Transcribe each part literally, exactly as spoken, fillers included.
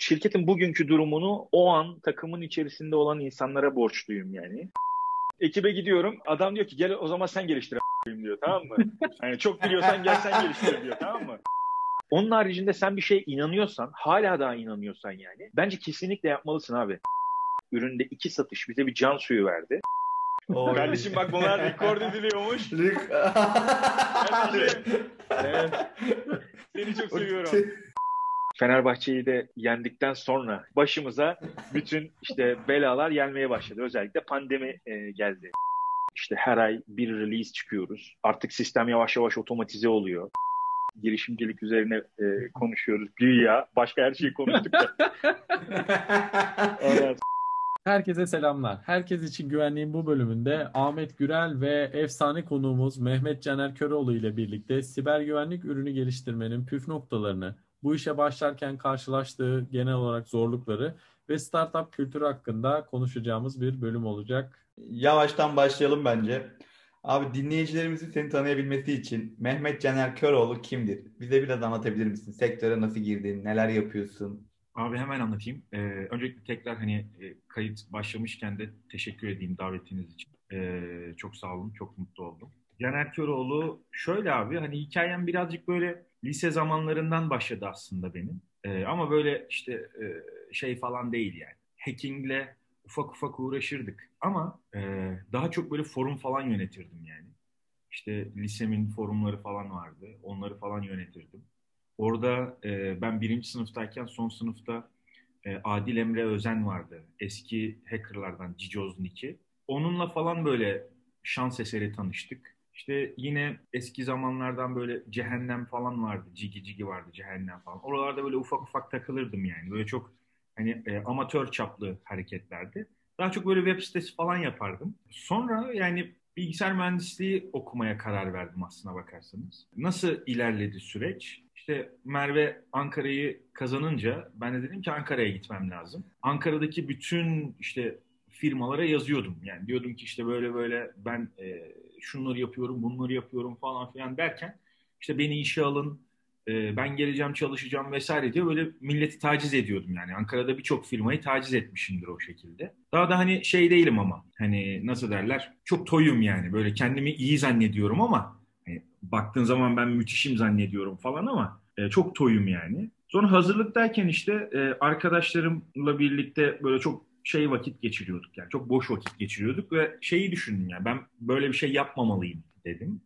şirketin bugünkü durumunu o an takımın içerisinde olan insanlara borçluyum yani. Ekibe gidiyorum. Adam diyor ki gel o zaman sen geliştir a**ayım diyor, tamam mı? Yani çok biliyorsan gel sen geliştir diyor, tamam mı? Onun haricinde sen bir şeye inanıyorsan, hala daha inanıyorsan yani, bence kesinlikle yapmalısın abi. Üründe iki satış bize bir can suyu verdi. Oy. Kardeşim bak bunlar rekord ediliyormuş. Kardeşim. Evet. Seni çok seviyorum. Fenerbahçe'yi de yendikten sonra başımıza bütün işte belalar gelmeye başladı. Özellikle pandemi e, geldi. İşte her ay bir release çıkıyoruz. Artık sistem yavaş yavaş otomatize oluyor. Girişimcilik üzerine e, konuşuyoruz. Güya başka her şeyi konuştuk da. Evet. Herkese selamlar. Herkes için güvenliğin bu bölümünde Ahmet Gürel ve efsane konuğumuz Mehmet Caner Köroğlu ile birlikte siber güvenlik ürünü geliştirmenin püf noktalarını, bu işe başlarken karşılaştığı genel olarak zorlukları ve startup kültürü hakkında konuşacağımız bir bölüm olacak. Yavaştan başlayalım bence. Abi dinleyicilerimizin seni tanıyabilmesi için Mehmet Caner Köroğlu kimdir? Bize biraz anlatabilir misin? Sektöre nasıl girdin? Neler yapıyorsun? Abi hemen anlatayım. Ee, öncelikle tekrar hani e, kayıt başlamışken de teşekkür edeyim davetiniz için. Ee, çok sağ olun, çok mutlu oldum. Caner Köroğlu şöyle abi, hani hikayem birazcık böyle lise zamanlarından başladı aslında benim. Ee, ama böyle işte e, şey falan değil yani. Hackingle ufak ufak uğraşırdık. Ama e, daha çok böyle forum falan yönetirdim yani. İşte lisemin forumları falan vardı. Onları falan yönetirdim. Orada e, ben birinci sınıftayken son sınıfta e, Adil Emre Özen vardı. Eski hackerlardan Cicoz Nick'i. Onunla falan böyle şans eseri tanıştık. İşte yine eski zamanlardan böyle Cehennem falan vardı. Cigi Cigi vardı, Cehennem falan. Oralarda böyle ufak ufak takılırdım yani. Böyle çok hani e, amatör çaplı hareketlerdi. Daha çok böyle web sitesi falan yapardım. Sonra yani bilgisayar mühendisliği okumaya karar verdim aslına bakarsanız. Nasıl ilerledi süreç? İşte Merve Ankara'yı kazanınca ben de dedim ki Ankara'ya gitmem lazım. Ankara'daki bütün işte firmalara yazıyordum. Yani diyordum ki işte böyle böyle ben e, şunları yapıyorum, bunları yapıyorum falan filan derken işte beni işe alın, e, ben geleceğim, çalışacağım vesaire diye böyle milleti taciz ediyordum yani. Ankara'da birçok firmayı taciz etmişimdir o şekilde. Daha da hani şey değilim ama hani nasıl derler? Çok toyum yani. Böyle kendimi iyi zannediyorum ama hani baktığın zaman ben müthişim zannediyorum falan ama e, çok toyum yani. Sonra hazırlıktayken işte e, arkadaşlarımla birlikte böyle çok şey vakit geçiriyorduk yani. Çok boş vakit geçiriyorduk ve şeyi düşündüm yani ben böyle bir şey yapmamalıyım dedim.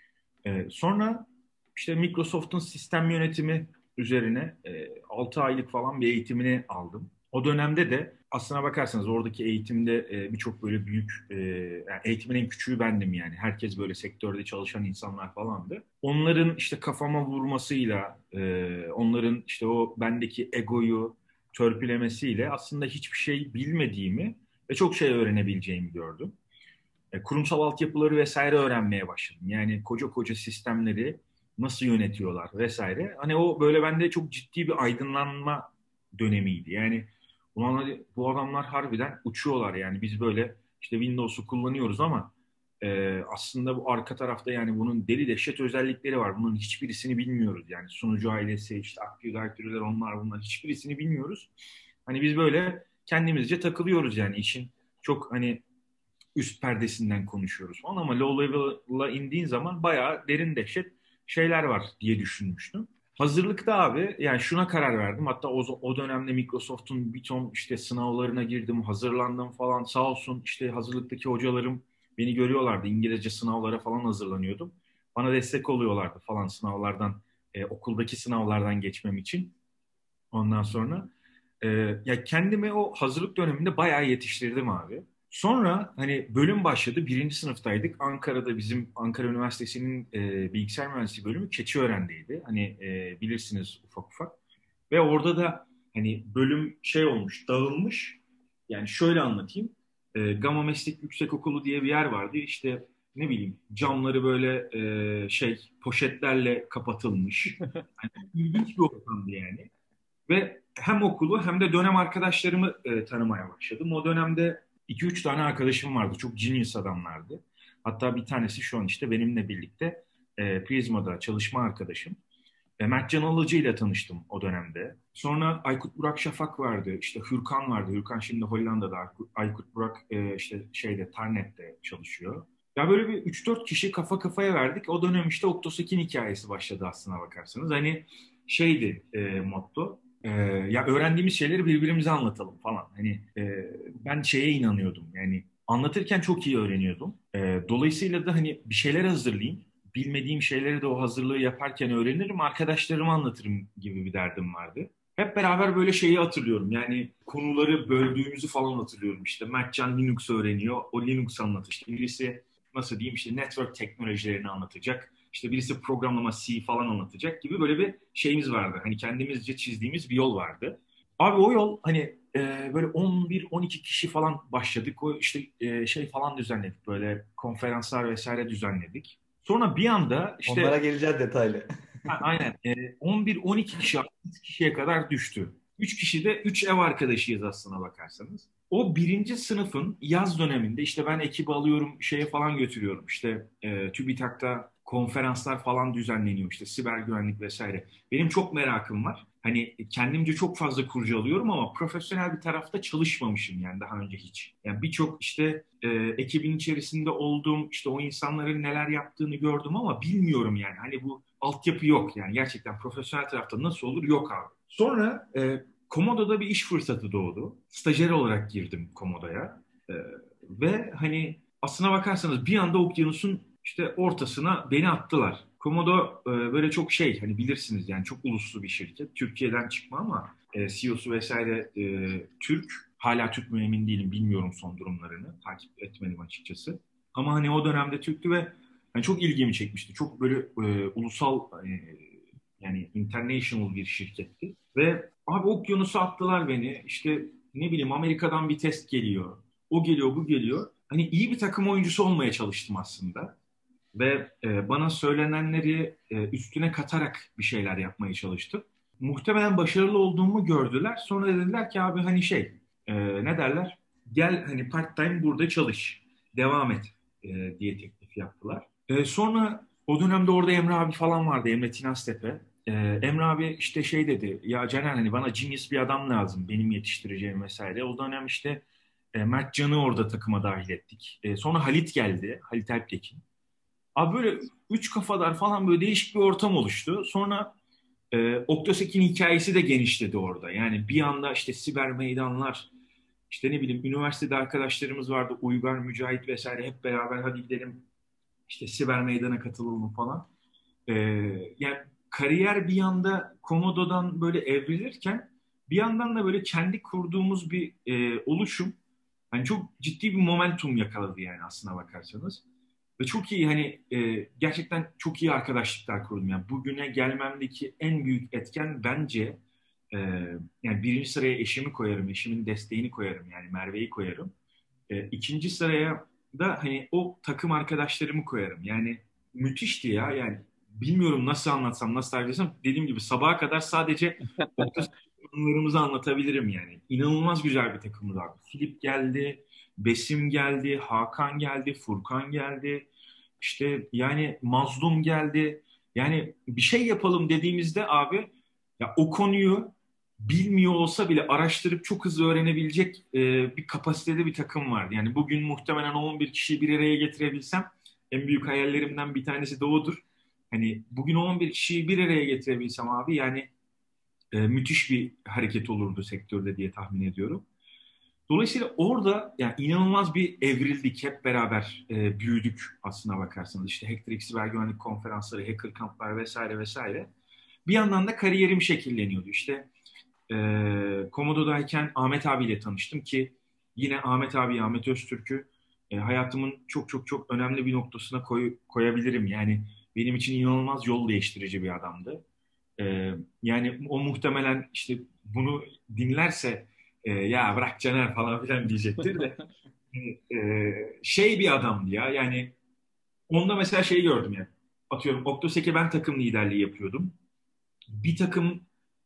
E, sonra işte Microsoft'un sistem yönetimi üzerine e, altı aylık falan bir eğitimini aldım. O dönemde de aslına bakarsanız oradaki eğitimde e, birçok böyle büyük e, yani eğitimin en küçüğü bendim yani. Herkes böyle sektörde çalışan insanlar falandı. Onların işte kafama vurmasıyla, e, onların işte o bendeki egoyu törpülemesiyle aslında hiçbir şey bilmediğimi ve çok şey öğrenebileceğimi gördüm. E, kurumsal altyapıları vesaire öğrenmeye başladım. Yani koca koca sistemleri nasıl yönetiyorlar vesaire. Hani o böyle bende çok ciddi bir aydınlanma dönemiydi. Yani ulan bu adamlar harbiden uçuyorlar yani biz böyle işte Windows'u kullanıyoruz ama e, aslında bu arka tarafta yani bunun deli dehşet özellikleri var. Bunun hiçbirisini bilmiyoruz. Yani sunucu ailesi, işte Active Directory'ler onlar bunlar hiçbirisini bilmiyoruz. Hani biz böyle kendimizce takılıyoruz yani işin çok hani üst perdesinden konuşuyoruz falan ama low level'a indiğin zaman bayağı derin dehşet şeyler var diye düşünmüştüm. Hazırlıkta abi yani şuna karar verdim. Hatta o, o dönemde Microsoft'un bir ton işte sınavlarına girdim, hazırlandım falan. Sağ olsun işte hazırlıktaki hocalarım beni görüyorlardı. İngilizce sınavlara falan hazırlanıyordum. Bana destek oluyorlardı falan sınavlardan, e, okuldaki sınavlardan geçmem için. Ondan sonra e, ya kendimi o hazırlık döneminde bayağı yetiştirdim abi. Sonra hani bölüm başladı. Birinci sınıftaydık. Ankara'da bizim Ankara Üniversitesi'nin e, bilgisayar mühendisliği bölümü Keçiören'deydi. Hani e, bilirsiniz ufak ufak. Ve orada da hani bölüm şey olmuş, dağılmış. Yani şöyle anlatayım. E, Gama Meslek Yüksekokulu diye bir yer vardı. İşte ne bileyim camları böyle e, şey poşetlerle kapatılmış. Yani ilginç bir ortamdı yani. Ve hem okulu hem de dönem arkadaşlarımı e, tanımaya başladım. O dönemde iki üç tane arkadaşım vardı. Çok genius adamlardı. Hatta bir tanesi şu an işte benimle birlikte e, Prisma'da çalışma arkadaşım. E, Mertcan Alıcı ile tanıştım o dönemde. Sonra Aykut Burak Şafak vardı. İşte Hürkan vardı. Hürkan şimdi Hollanda'da. Aykut Burak e, işte şeyde Tarnet'te çalışıyor. Ya böyle bir üç dört kişi kafa kafaya verdik. O dönem işte Octosekin hikayesi başladı aslına bakarsanız. Hani şeydi e, motto. E, ya öğrendiğimiz şeyleri birbirimize anlatalım falan. Hani e, ben şeye inanıyordum. Yani anlatırken çok iyi öğreniyordum. E, dolayısıyla da hani bir şeyler hazırlayayım. Bilmediğim şeyleri de o hazırlığı yaparken öğrenirim. Arkadaşlarıma anlatırım gibi bir derdim vardı. Hep beraber böyle şeyi hatırlıyorum. Yani konuları böldüğümüzü falan hatırlıyorum. İşte Mertcan Linux öğreniyor. O Linux anlatır. İşte birisi nasıl diyeyim işte network teknolojilerini anlatacak. İşte birisi programlama C falan anlatacak gibi böyle bir şeyimiz vardı. Hani kendimizce çizdiğimiz bir yol vardı. Abi o yol hani e, böyle on bir on iki kişi falan başladık. O işte e, şey falan düzenledik. Böyle konferanslar vesaire düzenledik. Sonra bir anda işte... Onlara geleceğiz detaylı. Ha, aynen. E, on bir on iki kişi üç kişiye kadar düştü. üç kişi de üç ev arkadaşıyız aslına bakarsanız. O birinci sınıfın yaz döneminde işte ben ekibi alıyorum şeye falan götürüyorum. İşte e, TÜBİTAK'ta konferanslar falan düzenleniyor işte siber güvenlik vesaire. Benim çok merakım var. Hani kendimce çok fazla kurcalıyorum ama profesyonel bir tarafta çalışmamışım yani daha önce hiç. Yani birçok işte e, ekibin içerisinde olduğum işte o insanların neler yaptığını gördüm ama bilmiyorum yani. Hani bu altyapı yok yani gerçekten profesyonel tarafta nasıl olur yok abi. Sonra e, Komodo'da bir iş fırsatı doğdu. Stajyer olarak girdim Komodo'ya. E, ve hani aslına bakarsanız bir anda okyanusun işte ortasına beni attılar. Komodo e, böyle çok şey hani bilirsiniz yani çok uluslu bir şirket. Türkiye'den çıkma ama e, C E O'su vesaire e, Türk. Hala Türk mü emin değilim bilmiyorum son durumlarını. Takip etmedim açıkçası. Ama hani o dönemde Türktü ve yani çok ilgimi çekmişti. Çok böyle e, ulusal e, yani international bir şirketti. Ve abi okyanusu attılar beni. İşte ne bileyim Amerika'dan bir test geliyor. O geliyor bu geliyor. Hani iyi bir takım oyuncusu olmaya çalıştım aslında. Ve e, bana söylenenleri e, üstüne katarak bir şeyler yapmaya çalıştım. Muhtemelen başarılı olduğumu gördüler. Sonra dediler ki abi hani şey e, ne derler? Gel hani part time burada çalış. Devam et e, diye teklif yaptılar. E, sonra o dönemde orada Emre abi falan vardı. Emre Tinaztepe. E, Emre abi işte şey dedi. Ya Caner hani bana genius bir adam lazım. Benim yetiştireceğim vesaire. O dönem işte e, Mert Can'ı orada takıma dahil ettik. E, sonra Halit geldi. Halit Alptekin. Abi böyle üç kafadar falan böyle değişik bir ortam oluştu. Sonra e, Octosekin hikayesi de genişledi orada. Yani bir anda işte siber meydanlar, işte ne bileyim üniversitede arkadaşlarımız vardı. Uygar, Mücahit vesaire hep beraber hadi gidelim işte siber meydana katılalım falan. E, yani kariyer bir yanda Komodo'dan böyle evrilirken bir yandan da böyle kendi kurduğumuz bir e, oluşum hani çok ciddi bir momentum yakaladı yani aslına bakarsanız. Ve çok iyi hani e, gerçekten çok iyi arkadaşlıklar kurdum. Yani bugüne gelmemdeki en büyük etken bence e, yani birinci sıraya eşimi koyarım, eşimin desteğini koyarım yani Merve'yi koyarım. E, ikinci sıraya da hani o takım arkadaşlarımı koyarım. Yani müthişti ya yani bilmiyorum nasıl anlatsam, nasıl tarif etsem dediğim gibi sabaha kadar sadece takımlarımızı anlatabilirim yani. İnanılmaz güzel bir takımız abi. Filip geldi, Besim geldi, Hakan geldi, Furkan geldi. İşte yani Mazlum geldi. Yani bir şey yapalım dediğimizde abi ya o konuyu bilmiyor olsa bile araştırıp çok hızlı öğrenebilecek e, bir kapasitede bir takım vardı. Yani bugün muhtemelen o on bir kişiyi bir araya getirebilsem en büyük hayallerimden bir tanesi de odur. Hani bugün o on bir kişiyi bir araya getirebilsem abi yani e, müthiş bir hareket olurdu sektörde diye tahmin ediyorum. Dolayısıyla orada yani inanılmaz bir evrildik. Hep beraber e, büyüdük aslına bakarsanız. İşte Hacktrik Siber Güvenlik Konferansları, Hacker Kamplar vesaire vesaire. Bir yandan da kariyerim şekilleniyordu. İşte e, Komodo'dayken Ahmet abiyle tanıştım ki yine Ahmet abi, Ahmet Öztürk'ü e, hayatımın çok çok çok önemli bir noktasına koy, koyabilirim. Yani benim için inanılmaz yol değiştirici bir adamdı. E, yani o muhtemelen işte bunu dinlerse e, ya bırak Caner falan filan diyecektir de e, şey bir adamdı ya yani onda mesela şeyi gördüm ya atıyorum Octosek'e ben takım liderliği yapıyordum. Bir takıma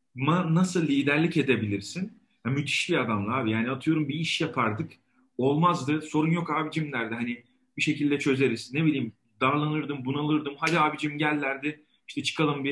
nasıl liderlik edebilirsin? Ya, müthiş bir adamdı abi yani atıyorum bir iş yapardık olmazdı sorun yok abicim derdi hani bir şekilde çözeriz ne bileyim darlanırdım bunalırdım hadi abicim gel derdi işte çıkalım bir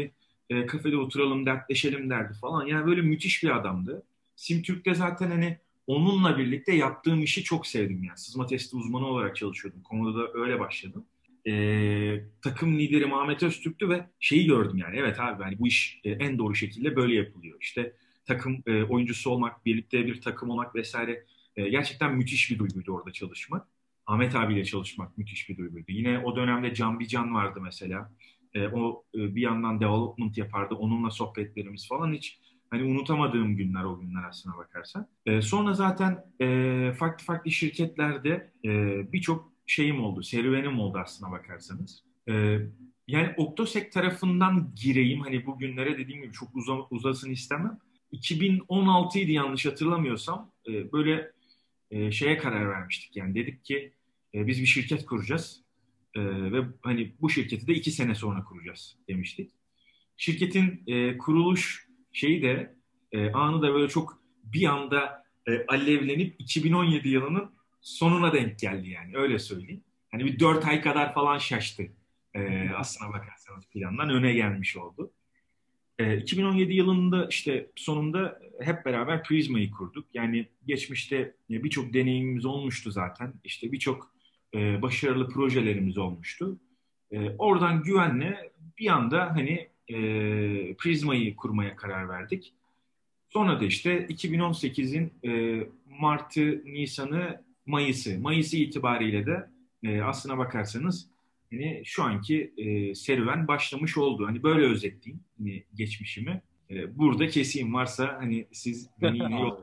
e, kafede oturalım, dertleşelim derdi falan. Yani böyle müthiş bir adamdı. Simtürk'te zaten hani onunla birlikte yaptığım işi çok sevdim yani. Sızma testi uzmanı olarak çalışıyordum. Konuda da öyle başladım. Ee, takım liderim Ahmet Öztürk'tü ve şeyi gördüm yani. Evet abi hani bu iş e, en doğru şekilde böyle yapılıyor. İşte takım e, oyuncusu olmak, birlikte bir takım olmak vesaire e, gerçekten müthiş bir duyguydu orada çalışmak. Ahmet abiyle çalışmak müthiş bir duyguydu. Yine o dönemde Can Bican vardı mesela. E, o e, bir yandan development yapardı. Onunla sohbetlerimiz falan hiç hani unutamadığım günler o günler aslına bakarsan. E, sonra zaten e, farklı farklı şirketlerde e, birçok şeyim oldu, serüvenim oldu aslına bakarsanız. E, yani Octosec tarafından gireyim. Hani bu günlere dediğim gibi çok uza, uzasın istemem. iki bin on altıydı yanlış hatırlamıyorsam. E, böyle e, şeye karar vermiştik. Yani dedik ki e, biz bir şirket kuracağız. E, ve hani bu şirketi de iki sene sonra kuracağız demiştik. Şirketin e, kuruluş şeyi de e, anı da böyle çok bir anda e, alevlenip iki bin on yedi yılının sonuna denk geldi yani öyle söyleyeyim. Hani bir dört ay kadar falan şaştı e, aslına bakarsanız plandan öne gelmiş oldu. E, iki bin on yedi yılında işte sonunda hep beraber Prizma'yı kurduk. Yani geçmişte birçok deneyimimiz olmuştu zaten. İşte birçok e, başarılı projelerimiz olmuştu. E, oradan güvenle bir anda hani e, Prizma'yı kurmaya karar verdik. Sonra da işte iki bin on sekizin e, Mart'ı, Nisan'ı, Mayıs'ı. Mayıs'ı itibariyle de e, aslına bakarsanız hani şu anki e, serüven başlamış oldu. Hani böyle özetleyeyim hani geçmişimi. E, burada keseyim varsa hani siz beni yine yol...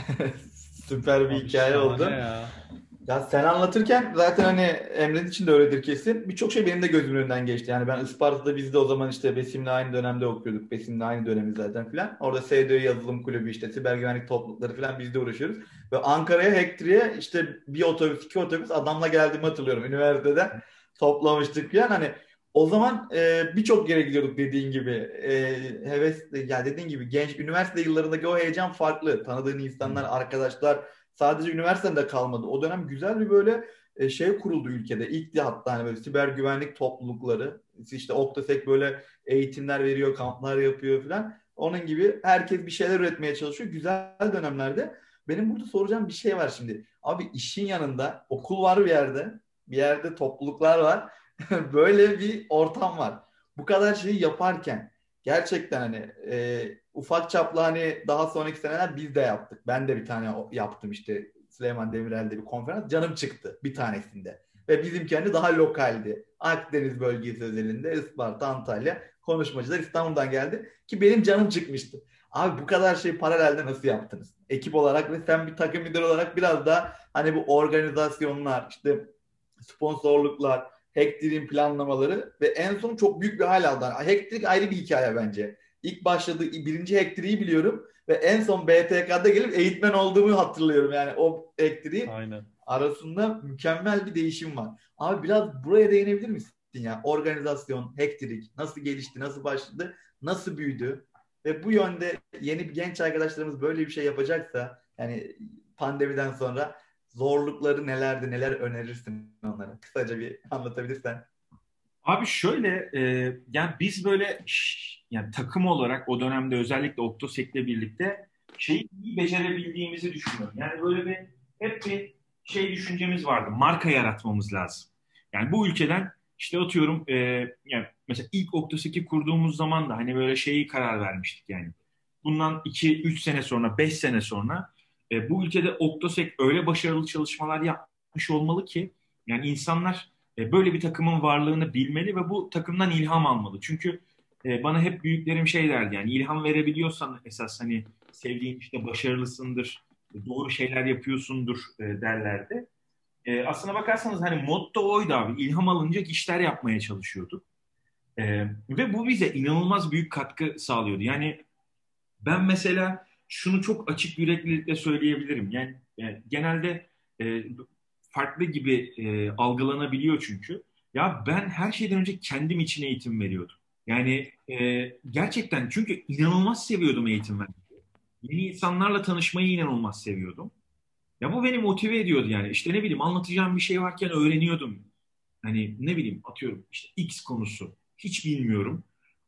Süper bir Abi hikaye oldu. ya. Ya sen anlatırken zaten hani Emre'nin için de öyledir kesin. Birçok şey benim de gözümün önünden geçti. Yani ben Isparta'da biz de o zaman işte Besim'le aynı dönemde okuyorduk. Besim'le aynı dönemi zaten filan. Orada S D Ö Yazılım Kulübü işte siber güvenlik toplulukları filan biz de uğraşıyoruz. Ve Ankara'ya Hektri'ye işte bir otobüs iki otobüs adamla geldiğimi hatırlıyorum. Üniversiteden toplamıştık filan. Hani o zaman e, birçok yere gidiyorduk dediğin gibi. E, heves, ya dediğin gibi genç üniversite yıllarındaki o heyecan farklı. Tanıdığın insanlar, arkadaşlar sadece üniversitede kalmadı. O dönem güzel bir böyle e, şey kuruldu ülkede. İlk de hatta hani böyle siber güvenlik toplulukları. İşte Octosec böyle eğitimler veriyor, kamplar yapıyor falan. Onun gibi herkes bir şeyler üretmeye çalışıyor. Güzel dönemlerde. Benim burada soracağım bir şey var şimdi. Abi işin yanında okul var bir yerde. Bir yerde topluluklar var. Böyle bir ortam var. Bu kadar şeyi yaparken gerçekten hani e, ufak çaplı hani daha sonraki seneler biz de yaptık. Ben de bir tane yaptım işte Süleyman Demirel'de bir konferans. Canım çıktı bir tanesinde. Ve bizimki hani daha lokaldi. Akdeniz bölgesi özelinde Isparta, Antalya. Konuşmacılar İstanbul'dan geldi. Ki benim canım çıkmıştı. Abi bu kadar şey paralelde nasıl yaptınız? Ekip olarak ve sen bir takım lideri olarak biraz da hani bu organizasyonlar, işte sponsorluklar, Hektir'in planlamaları ve en son çok büyük bir hal aldı. Hektir ayrı bir hikaye bence. İlk başladığı birinci Hektir'i biliyorum ve en son B T K'da gelip eğitmen olduğumu hatırlıyorum. Yani o Hektir'i arasında mükemmel bir değişim var. Abi biraz buraya değinebilir misin ya? Organizasyon, Hektir'ik nasıl gelişti, nasıl başladı, nasıl büyüdü ve bu yönde yeni bir genç arkadaşlarımız böyle bir şey yapacaksa yani pandemiden sonra zorlukları nelerdi, neler önerirsin onlara? Kısaca bir anlatabilirsen. Abi şöyle e, yani biz böyle şş, yani takım olarak o dönemde özellikle Octosec'le birlikte şeyi iyi becerebildiğimizi düşünüyorum. Yani böyle bir hep bir şey düşüncemiz vardı. Marka yaratmamız lazım. Yani bu ülkeden işte atıyorum e, yani mesela ilk Octosec'i kurduğumuz zaman da hani böyle şeyi karar vermiştik yani. Bundan iki üç sene sonra, beş sene sonra e, bu ülkede Octosec öyle başarılı çalışmalar yapmış olmalı ki yani insanlar e, böyle bir takımın varlığını bilmeli ve bu takımdan ilham almalı. Çünkü e, bana hep büyüklerim şey derdi yani ilham verebiliyorsan esas hani sevdiğin işte başarılısındır, doğru şeyler yapıyorsundur e, derlerdi. E, aslına bakarsanız hani motto oydu abi. İlham alınacak işler yapmaya çalışıyorduk. E, ve bu bize inanılmaz büyük katkı sağlıyordu. Yani ben mesela şunu çok açık yüreklilikle söyleyebilirim. Yani, yani genelde e, farklı gibi e, algılanabiliyor çünkü. Ya ben her şeyden önce kendim için eğitim veriyordum. Yani e, gerçekten çünkü inanılmaz seviyordum eğitim vermeyi. Yeni insanlarla tanışmayı inanılmaz seviyordum. Ya bu beni motive ediyordu yani. İşte ne bileyim anlatacağım bir şey varken öğreniyordum. Hani ne bileyim atıyorum işte X konusu. Hiç bilmiyorum.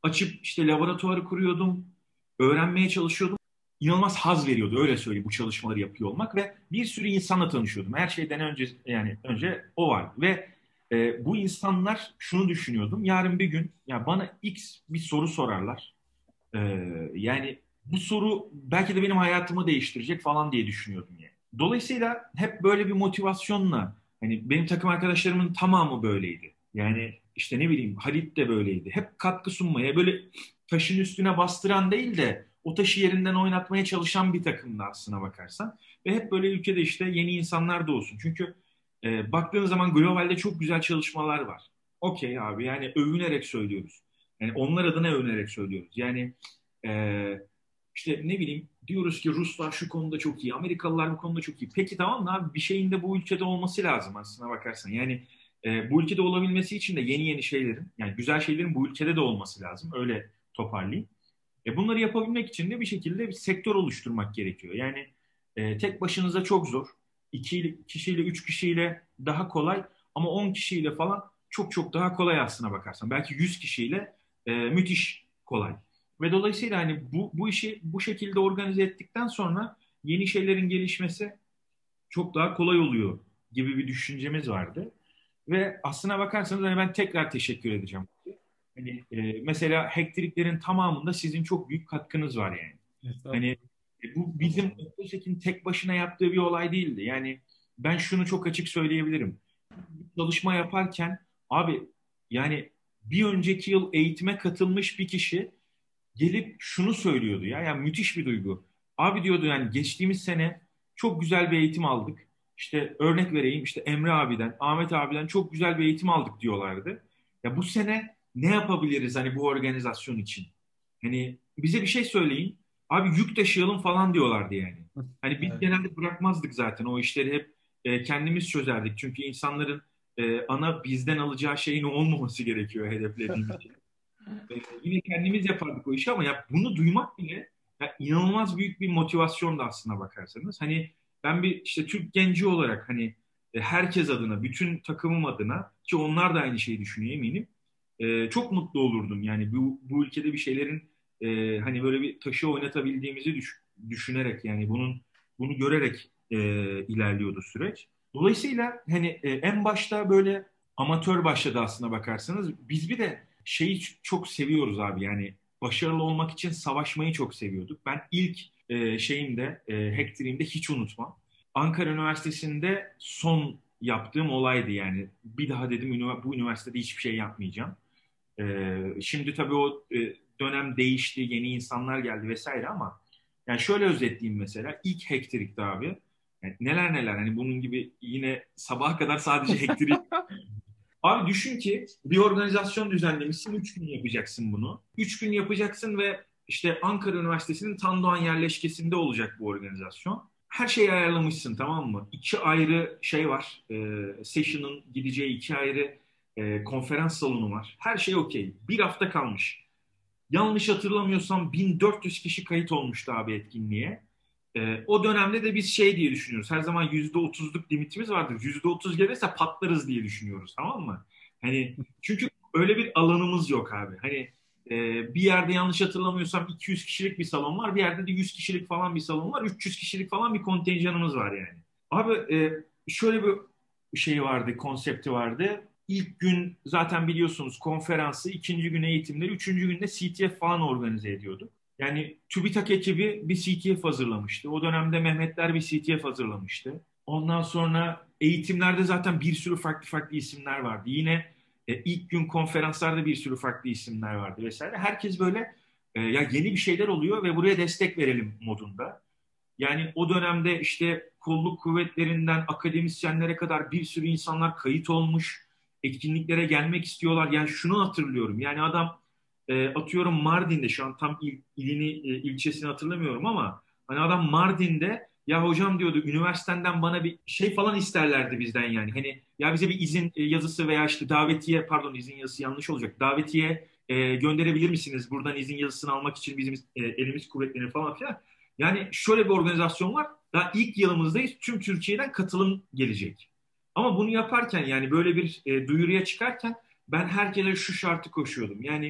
açıp işte laboratuvarı kuruyordum, öğrenmeye çalışıyordum. İnanılmaz haz veriyordu, öyle söyleyeyim, bu çalışmaları yapıyor olmak ve bir sürü insanla tanışıyordum. Her şeyden önce yani önce o vardı ve e, bu insanlar şunu düşünüyordum. Yarın bir gün ya bana X bir soru sorarlar. E, yani bu soru belki de benim hayatımı değiştirecek falan diye düşünüyordum yani. Dolayısıyla hep böyle bir motivasyonla hani benim takım arkadaşlarımın tamamı böyleydi. Yani işte ne bileyim Halit de böyleydi. Hep katkı sunmaya böyle taşın üstüne bastıran değil de o taşı yerinden oynatmaya çalışan bir takımdı aslına bakarsan. Ve hep böyle ülkede işte yeni insanlar da olsun. Çünkü e, baktığın zaman globalde çok güzel çalışmalar var. Okey abi yani övünerek söylüyoruz. Yani onlar adına övünerek söylüyoruz. Yani e, işte ne bileyim diyoruz ki Ruslar şu konuda çok iyi, Amerikalılar bu konuda çok iyi. Peki tamam mı abi bir şeyin de bu ülkede olması lazım aslına bakarsan. Yani e, bu ülkede olabilmesi için de yeni yeni şeylerin, yani güzel şeylerin bu ülkede de olması lazım. Öyle toparlayayım. E, bunları yapabilmek için de bir şekilde bir sektör oluşturmak gerekiyor. Yani e, tek başınıza çok zor. İki kişiyle, üç kişiyle daha kolay ama on kişiyle falan çok çok daha kolay aslına bakarsan. Belki yüz kişiyle e, müthiş kolay. Ve dolayısıyla hani bu, bu işi bu şekilde organize ettikten sonra yeni şeylerin gelişmesi çok daha kolay oluyor gibi bir düşüncemiz vardı. Ve aslına bakarsanız hani ben tekrar teşekkür edeceğim. Hani e, mesela Hektriklerin tamamında sizin çok büyük katkınız var yani. Hani e, bu bizim Ökkeşek'in tek başına yaptığı bir olay değildi. Yani ben şunu çok açık söyleyebilirim. Çalışma yaparken abi yani bir önceki yıl eğitime katılmış bir kişi gelip şunu söylüyordu ya. Yani müthiş bir duygu. Abi diyordu yani geçtiğimiz sene çok güzel bir eğitim aldık. İşte örnek vereyim işte Emre abiden, Ahmet abiden çok güzel bir eğitim aldık diyorlardı. Ya bu sene ne yapabiliriz hani bu organizasyon için? Hani bize bir şey söyleyin. Abi yük taşıyalım falan diyorlardı yani. Hani biz Evet. genelde bırakmazdık zaten o işleri hep e, kendimiz çözerdik. Çünkü insanların e, ana bizden alacağı şeyin olmaması gerekiyor hedeflediğimiz şey. E, yine kendimiz yapardık o işi ama ya bunu duymak bile ya inanılmaz büyük bir motivasyon da aslına bakarsanız. Hani ben bir işte Türk genci olarak hani e, herkes adına, bütün takımım adına ki onlar da aynı şeyi düşünüyor eminim. E, çok mutlu olurdum yani bu, bu ülkede bir şeylerin e, hani böyle bir taşı oynatabildiğimizi düş- düşünerek yani bunun bunu görerek e, ilerliyordu süreç. Dolayısıyla hani e, en başta böyle amatör başladı aslına bakarsanız. Biz bir de şeyi çok seviyoruz abi yani başarılı olmak için savaşmayı çok seviyorduk. Ben ilk e, şeyimde, e, Hektir'imde hiç unutmam. Ankara Üniversitesi'nde son yaptığım olaydı yani. Bir daha dedim ünivers- bu üniversitede hiçbir şey yapmayacağım. E, şimdi tabii o e, dönem değişti, yeni insanlar geldi vesaire ama yani şöyle özetleyeyim mesela ilk Hektir'ikti abi. Yani neler neler hani bunun gibi yine sabaha kadar sadece Hektir'ik. Abi düşün ki bir organizasyon düzenlemişsin. Üç gün yapacaksın bunu. Üç gün yapacaksın ve işte Ankara Üniversitesi'nin Tandoğan yerleşkesinde olacak bu organizasyon. Her şeyi ayarlamışsın tamam mı? İki ayrı şey var. E, session'ın gideceği iki ayrı e, konferans salonu var. Her şey okey. Bir hafta kalmış. Yanlış hatırlamıyorsam bin dört yüz kişi kayıt olmuştu abi etkinliğe. Ee, o dönemde de biz şey diye düşünüyoruz. Her zaman yüzde otuzluk limitimiz vardır. yüzde otuz gelirse patlarız diye düşünüyoruz tamam mı? Hani çünkü öyle bir alanımız yok abi. Hani e, bir yerde yanlış hatırlamıyorsam iki yüz kişilik bir salon var. Bir yerde de yüz kişilik falan bir salon var. üç yüz kişilik falan bir kontenjanımız var yani. Abi e, şöyle bir şey vardı, konsepti vardı. İlk gün zaten biliyorsunuz konferansı, ikinci gün eğitimleri, üçüncü günde C T F falan organize ediyorduk. Yani TÜBİTAK ekibi bir C T F hazırlamıştı. O dönemde Mehmetler bir C T F hazırlamıştı. Ondan sonra eğitimlerde zaten bir sürü farklı farklı isimler vardı. Yine e, ilk gün konferanslarda bir sürü farklı isimler vardı vesaire. Herkes böyle e, ya yeni bir şeyler oluyor ve buraya destek verelim modunda. Yani o dönemde işte kolluk kuvvetlerinden akademisyenlere kadar bir sürü insanlar kayıt olmuş. Etkinliklere gelmek istiyorlar. Yani şunu hatırlıyorum. Yani adam e, atıyorum Mardin'de şu an tam il, ilini e, ilçesini hatırlamıyorum ama hani adam Mardin'de ya hocam diyordu üniversiteden bana bir şey falan isterlerdi bizden yani. Hani ya bize bir izin e, yazısı veya işte davetiye pardon izin yazısı yanlış olacak. Davetiye e, gönderebilir misiniz? Buradan izin yazısını almak için bizim e, elimiz kuvvetlenir falan filan. Yani şöyle bir organizasyon var. Daha ilk yılımızdayız. Tüm Türkiye'den katılım gelecek. Ama bunu yaparken yani böyle bir e, duyuruya çıkarken ben herkese şu şartı koşuyordum. Yani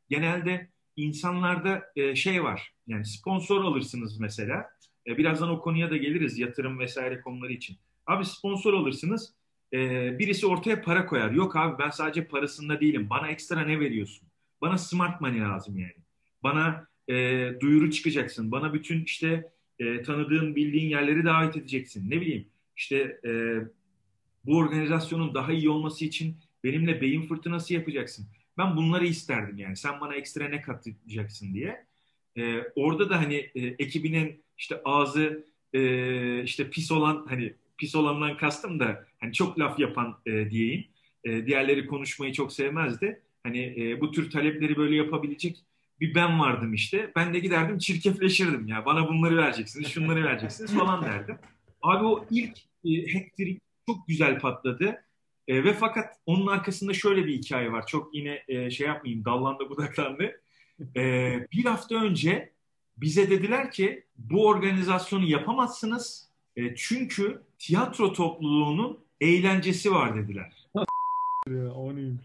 genelde insanlarda e, şey var. Yani sponsor alırsınız mesela. E, birazdan o konuya da geliriz, yatırım vesaire konuları için. Abi sponsor alırsınız. E, birisi ortaya para koyar. Yok abi ben sadece parasında değilim. Bana ekstra ne veriyorsun? Bana smart money lazım yani. Bana e, duyuru çıkacaksın. Bana bütün işte e, tanıdığın, bildiğin yerleri davet edeceksin. Ne bileyim işte e, bu organizasyonun daha iyi olması için benimle beyin fırtınası yapacaksın. Ben bunları isterdim yani. Sen bana ekstra ne katacaksın diye. Ee, orada da hani e, ekibinin işte ağzı e, işte pis olan, hani pis olandan kastım da hani çok laf yapan e, diyeyim. E, diğerleri konuşmayı çok sevmezdi. Hani e, bu tür talepleri böyle yapabilecek bir ben vardım işte. Ben de giderdim çirkefleşirdim ya. Bana bunları vereceksiniz, şunları vereceksiniz falan derdim. Abi o ilk e, hacktrik çok güzel patladı. E, ve fakat onun arkasında şöyle bir hikaye var. Çok yine e, şey yapmayayım, dallandı budaklandı. E, bir hafta önce bize dediler ki bu organizasyonu yapamazsınız. E, çünkü tiyatro topluluğunun eğlencesi var dediler. O neymiş?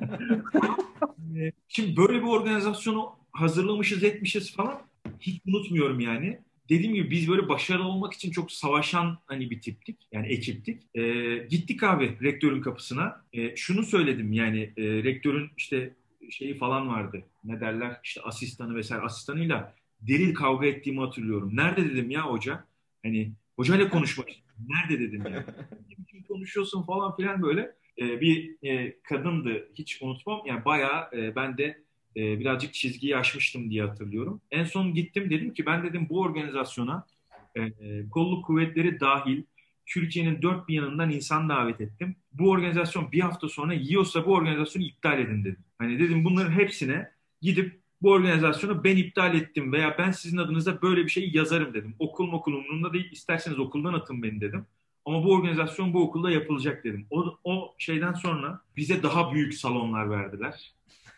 E, şimdi böyle bir organizasyonu hazırlamışız, etmişiz falan. Hiç unutmuyorum yani. Dediğim gibi biz böyle başarılı olmak için çok savaşan hani bir tiptik. Yani ekiptik. Ee, gittik abi rektörün kapısına. Ee, şunu söyledim yani e, rektörün işte şeyi falan vardı. Ne derler? İşte asistanı vesaire. Asistanıyla deli kavga ettiğimi hatırlıyorum. Nerede dedim ya hoca? Hani hocayla konuşmak istiyorum. Nerede dedim ya. Ne biçim konuşuyorsun falan filan böyle. Ee, bir e, kadındı. Hiç unutmam. Yani bayağı e, ben de e, birazcık çizgiyi aşmıştım diye hatırlıyorum. En son gittim dedim ki ben dedim bu organizasyona e, kolluk kuvvetleri dahil Türkiye'nin dört bir yanından insan davet ettim. Bu organizasyon bir hafta sonra yiyorsa bu organizasyonu iptal edin dedim. Hani dedim bunların hepsine gidip bu organizasyonu ben iptal ettim veya ben sizin adınıza böyle bir şey yazarım dedim. Okul okul umurumda değil, isterseniz okuldan atın beni dedim. Ama bu organizasyon bu okulda yapılacak dedim. O, o şeyden sonra bize daha büyük salonlar verdiler.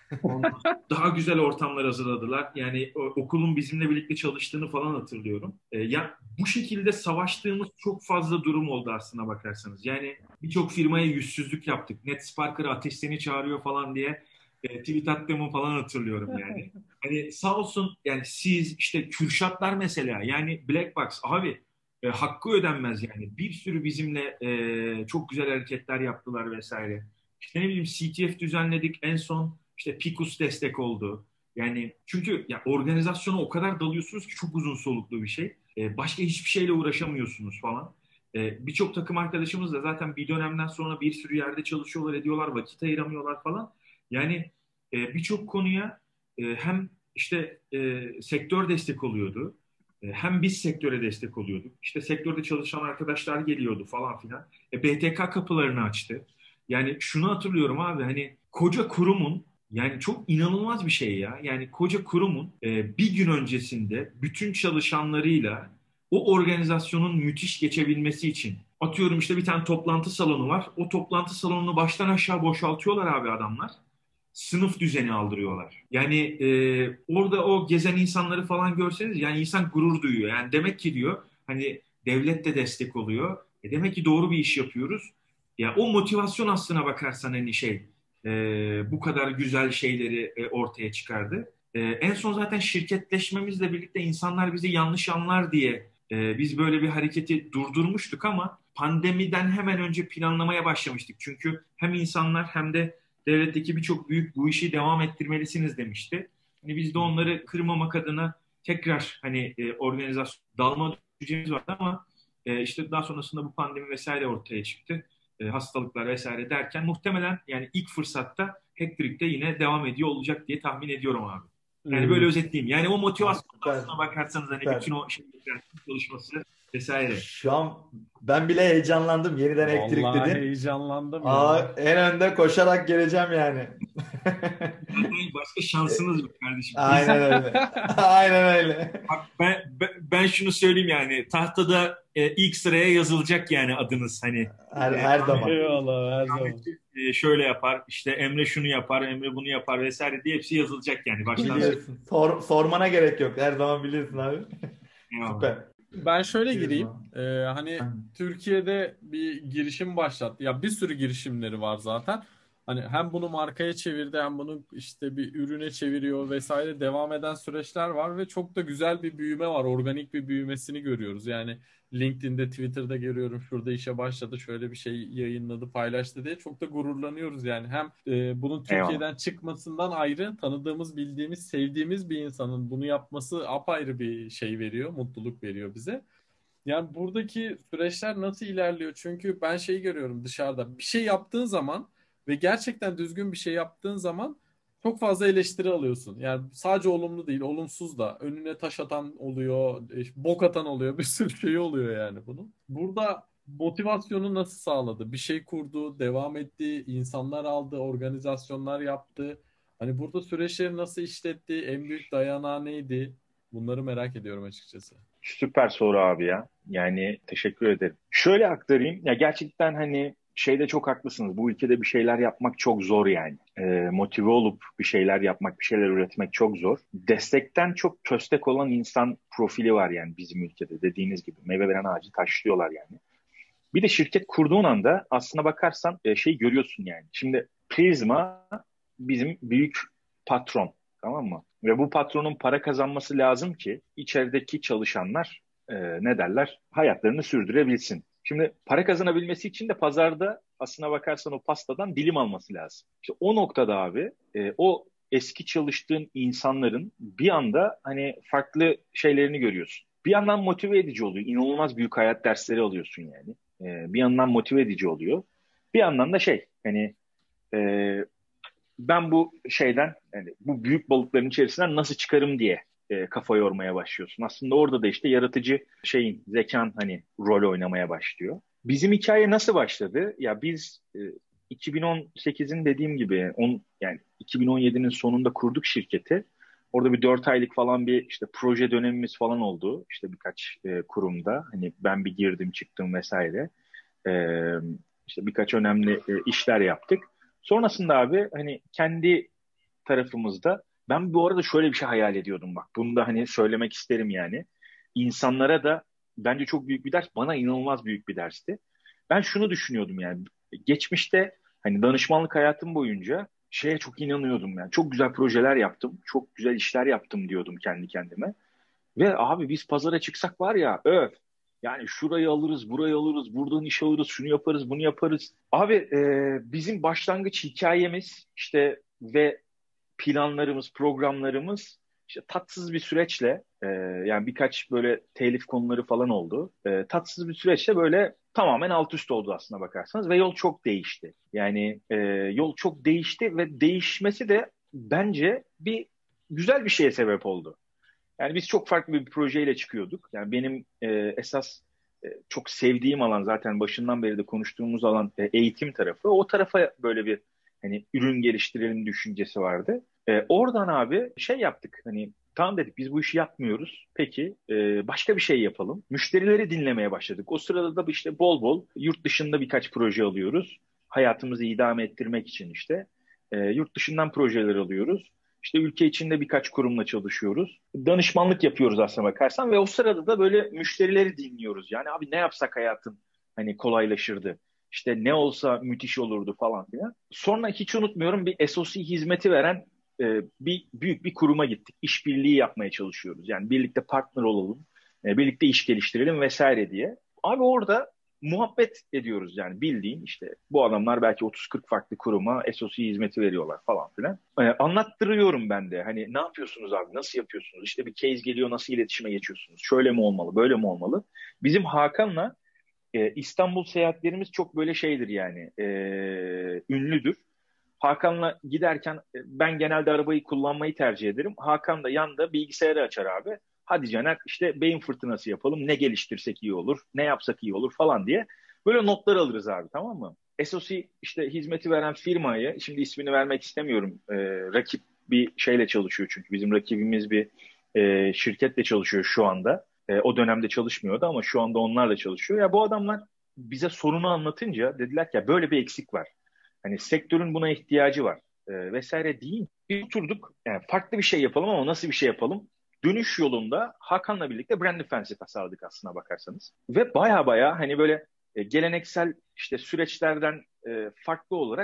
Daha güzel ortamlar hazırladılar. Yani okulun bizimle birlikte çalıştığını falan hatırlıyorum. E, ya bu şekilde savaştığımız çok fazla durum oldu aslına bakarsanız. Yani birçok firmaya yüzsüzlük yaptık. NetSparker'ı ateş seni çağırıyor falan diye e, tweet attığımı falan hatırlıyorum yani. Hani sağ olsun yani siz işte Kürşatlar mesela yani Black Box abi e, hakkı ödenmez yani. Bir sürü bizimle e, çok güzel hareketler yaptılar vesaire. İşte ne bileyim C T F düzenledik en son. İşte Picus destek oldu. Yani çünkü ya organizasyona o kadar dalıyorsunuz ki çok uzun soluklu bir şey. Ee, başka hiçbir şeyle uğraşamıyorsunuz falan. Ee, birçok takım arkadaşımız da zaten bir dönemden sonra bir sürü yerde çalışıyorlar, ediyorlar, vakit ayıramıyorlar falan. Yani e, birçok konuya e, hem işte e, sektör destek oluyordu. E, hem biz sektöre destek oluyorduk. İşte sektörde çalışan arkadaşlar geliyordu falan filan. E, B T K kapılarını açtı. Yani şunu hatırlıyorum abi hani koca kurumun yani çok inanılmaz bir şey ya. Yani koca kurumun e, bir gün öncesinde bütün çalışanlarıyla o organizasyonun müthiş geçebilmesi için atıyorum işte bir tane toplantı salonu var. O toplantı salonunu baştan aşağı boşaltıyorlar abi adamlar. Sınıf düzeni aldırıyorlar. Yani e, orada o gezen insanları falan görseniz yani insan gurur duyuyor. Yani demek ki diyor hani devlet de destek oluyor. E demek ki doğru bir iş yapıyoruz. Ya o motivasyon aslına bakarsan hani şey e, bu kadar güzel şeyleri e, ortaya çıkardı. E, en son zaten şirketleşmemizle birlikte insanlar bizi yanlış anlar diye e, biz böyle bir hareketi durdurmuştuk ama pandemiden hemen önce planlamaya başlamıştık. Çünkü hem insanlar hem de devletteki birçok büyük bu işi devam ettirmelisiniz demişti. Hani biz de onları kırmamak adına tekrar hani e, organizasyon dalma düşüncemiz vardı ama e, işte daha sonrasında bu pandemi vesaire ortaya çıktı. E, hastalıklar vesaire derken muhtemelen yani ilk fırsatta Hacktrik de yine devam ediyor olacak diye tahmin ediyorum abi. Yani böyle özetleyeyim. Yani o motivasyon aslına bakarsanız hani bütün o şey çalışması vesaire. Şu an ben bile heyecanlandım. Yeniden Hacktrik dedin. Vallahi heyecanlandım ya. Aa, en önde koşarak geleceğim yani. Başka şansınız yok kardeşim. Aynen öyle. Aynen öyle. Bak ben, ben ben şunu söyleyeyim yani tahtada e, ilk sıraya yazılacak yani adınız hani. Her, her zaman. Eyvallah her zaman. E, şöyle yapar işte Emre şunu yapar Emre bunu yapar vesaire diye hepsi yazılacak yani baştan. Biliyorsun. Sor, sormana gerek yok. Her zaman biliyorsun abi. Süper. Ben şöyle gireyim. Ee, hani Türkiye'de bir girişim başlattı. Ya bir sürü girişimleri var zaten. Hani hem bunu markaya çevirdi hem bunu işte bir ürüne çeviriyor vesaire, devam eden süreçler var ve çok da güzel bir büyüme var. Organik bir büyümesini görüyoruz. Yani LinkedIn'de, Twitter'da görüyorum, şurada işe başladı, şöyle bir şey yayınladı, paylaştı diye çok da gururlanıyoruz yani. Hem e, bunun Eyvallah. Türkiye'den çıkmasından ayrı, tanıdığımız, bildiğimiz, sevdiğimiz bir insanın bunu yapması apayrı bir şey veriyor, mutluluk veriyor bize. Yani buradaki süreçler nasıl ilerliyor? Çünkü ben şeyi görüyorum dışarıda. Bir şey yaptığın zaman ve gerçekten düzgün bir şey yaptığın zaman çok fazla eleştiri alıyorsun. Yani sadece olumlu değil, olumsuz da. Önüne taş atan oluyor, e, bok atan oluyor, bir sürü şey oluyor yani bunun. Burada motivasyonu nasıl sağladı? Bir şey kurdu, devam etti, insanlar aldı, organizasyonlar yaptı. Hani burada süreçleri nasıl işletti? En büyük dayanağı neydi? Bunları merak ediyorum açıkçası. Süper soru abi ya. Yani teşekkür ederim. Şöyle aktarayım. Ya gerçekten hani şeyde çok haklısınız. Bu ülkede bir şeyler yapmak çok zor yani. Ee, motive olup bir şeyler yapmak, bir şeyler üretmek çok zor. Destekten çok köstek olan insan profili var yani bizim ülkede. Dediğiniz gibi meyve veren ağacı taşlıyorlar yani. Bir de şirket kurduğun anda aslına bakarsan e, şey görüyorsun yani. Şimdi Prisma bizim büyük patron, tamam mı? Ve bu patronun para kazanması lazım ki içerideki çalışanlar e, ne derler? Hayatlarını sürdürebilsin. Şimdi para kazanabilmesi için de pazarda aslına bakarsan o pastadan dilim alması lazım. İşte o noktada abi e, o eski çalıştığın insanların bir anda hani farklı şeylerini görüyorsun. Bir yandan motive edici oluyor. İnanılmaz büyük hayat dersleri alıyorsun yani. E, bir yandan motive edici oluyor. Bir yandan da şey hani e, ben bu şeyden yani bu büyük balıkların içerisinden nasıl çıkarım diye e, kafa yormaya başlıyorsun. Aslında orada da işte yaratıcı şeyin zekan hani rol oynamaya başlıyor. Bizim hikaye nasıl başladı? Ya biz e, iki bin on sekizin dediğim gibi on, yani iki bin on yedinin sonunda kurduk şirketi. Orada bir dört aylık falan bir işte proje dönemimiz falan oldu. İşte birkaç e, kurumda hani ben bir girdim çıktım vesaire. E, işte birkaç önemli e, işler yaptık. Sonrasında abi hani kendi tarafımızda ben bu arada şöyle bir şey hayal ediyordum bak. Bunu da hani söylemek isterim yani. İnsanlara da bence çok büyük bir ders, bana inanılmaz büyük bir dersti. Ben şunu düşünüyordum yani. Geçmişte hani danışmanlık hayatım boyunca şeye çok inanıyordum yani. Çok güzel projeler yaptım. Çok güzel işler yaptım diyordum kendi kendime. Ve abi biz pazara çıksak var ya öf. Yani şurayı alırız, burayı alırız, buradan iş alırız, şunu yaparız, bunu yaparız. Abi e, bizim başlangıç hikayemiz işte ve planlarımız, programlarımız işte tatsız bir süreçle e, yani birkaç böyle telif konuları falan oldu. E, tatsız bir süreçle böyle tamamen alt üst oldu aslına bakarsanız ve yol çok değişti. Yani e, yol çok değişti ve değişmesi de bence bir güzel bir şeye sebep oldu. Yani biz çok farklı bir projeyle çıkıyorduk. Yani benim e, esas e, çok sevdiğim alan zaten başından beri de konuştuğumuz alan e, eğitim tarafı. O tarafa böyle bir hani ürün geliştirelim düşüncesi vardı. E, oradan abi şey yaptık. Hani tamam dedik biz bu işi yapmıyoruz. Peki e, başka bir şey yapalım. Müşterileri dinlemeye başladık. O sırada da işte bol bol yurt dışında birkaç proje alıyoruz. Hayatımızı idame ettirmek için işte. E, yurt dışından projeler alıyoruz. İşte ülke içinde birkaç kurumla çalışıyoruz. Danışmanlık yapıyoruz aslına bakarsan ve o sırada da böyle müşterileri dinliyoruz. Yani abi ne yapsak hayatın hani kolaylaşırdı. İşte ne olsa müthiş olurdu falan filan. Sonra hiç unutmuyorum bir S O C hizmeti veren e, bir büyük bir kuruma gittik. İşbirliği yapmaya çalışıyoruz. Yani birlikte partner olalım, e, birlikte iş geliştirelim vesaire diye. Abi orada muhabbet ediyoruz yani bildiğin işte bu adamlar belki otuz kırk farklı kuruma S O C hizmeti veriyorlar falan filan. Ee, anlattırıyorum ben de hani ne yapıyorsunuz abi nasıl yapıyorsunuz işte bir case geliyor nasıl iletişime geçiyorsunuz şöyle mi olmalı böyle mi olmalı. Bizim Hakan'la e, İstanbul seyahatlerimiz çok böyle şeydir yani e, ünlüdür. Hakan'la giderken e, ben genelde arabayı kullanmayı tercih ederim. Hakan da yanında bilgisayarı açar abi. Hadi Caner işte beyin fırtınası yapalım. Ne geliştirsek iyi olur, ne yapsak iyi olur falan diye. Böyle notlar alırız abi tamam mı? S O C işte hizmeti veren firmayı, şimdi ismini vermek istemiyorum. E, rakip bir şeyle çalışıyor çünkü. Bizim rakibimiz bir e, şirketle çalışıyor şu anda. E, o dönemde çalışmıyordu ama şu anda onlarla çalışıyor. Ya bu adamlar bize sorunu anlatınca dediler ki ya böyle bir eksik var. Hani sektörün buna ihtiyacı var e, vesaire deyin. Bir oturduk yani farklı bir şey yapalım ama nasıl bir şey yapalım? Dönüş yolunda Hakan'la birlikte Brand Defense'i tasarladık aslına bakarsanız. Ve baya baya hani böyle e, geleneksel işte süreçlerden e, farklı olarak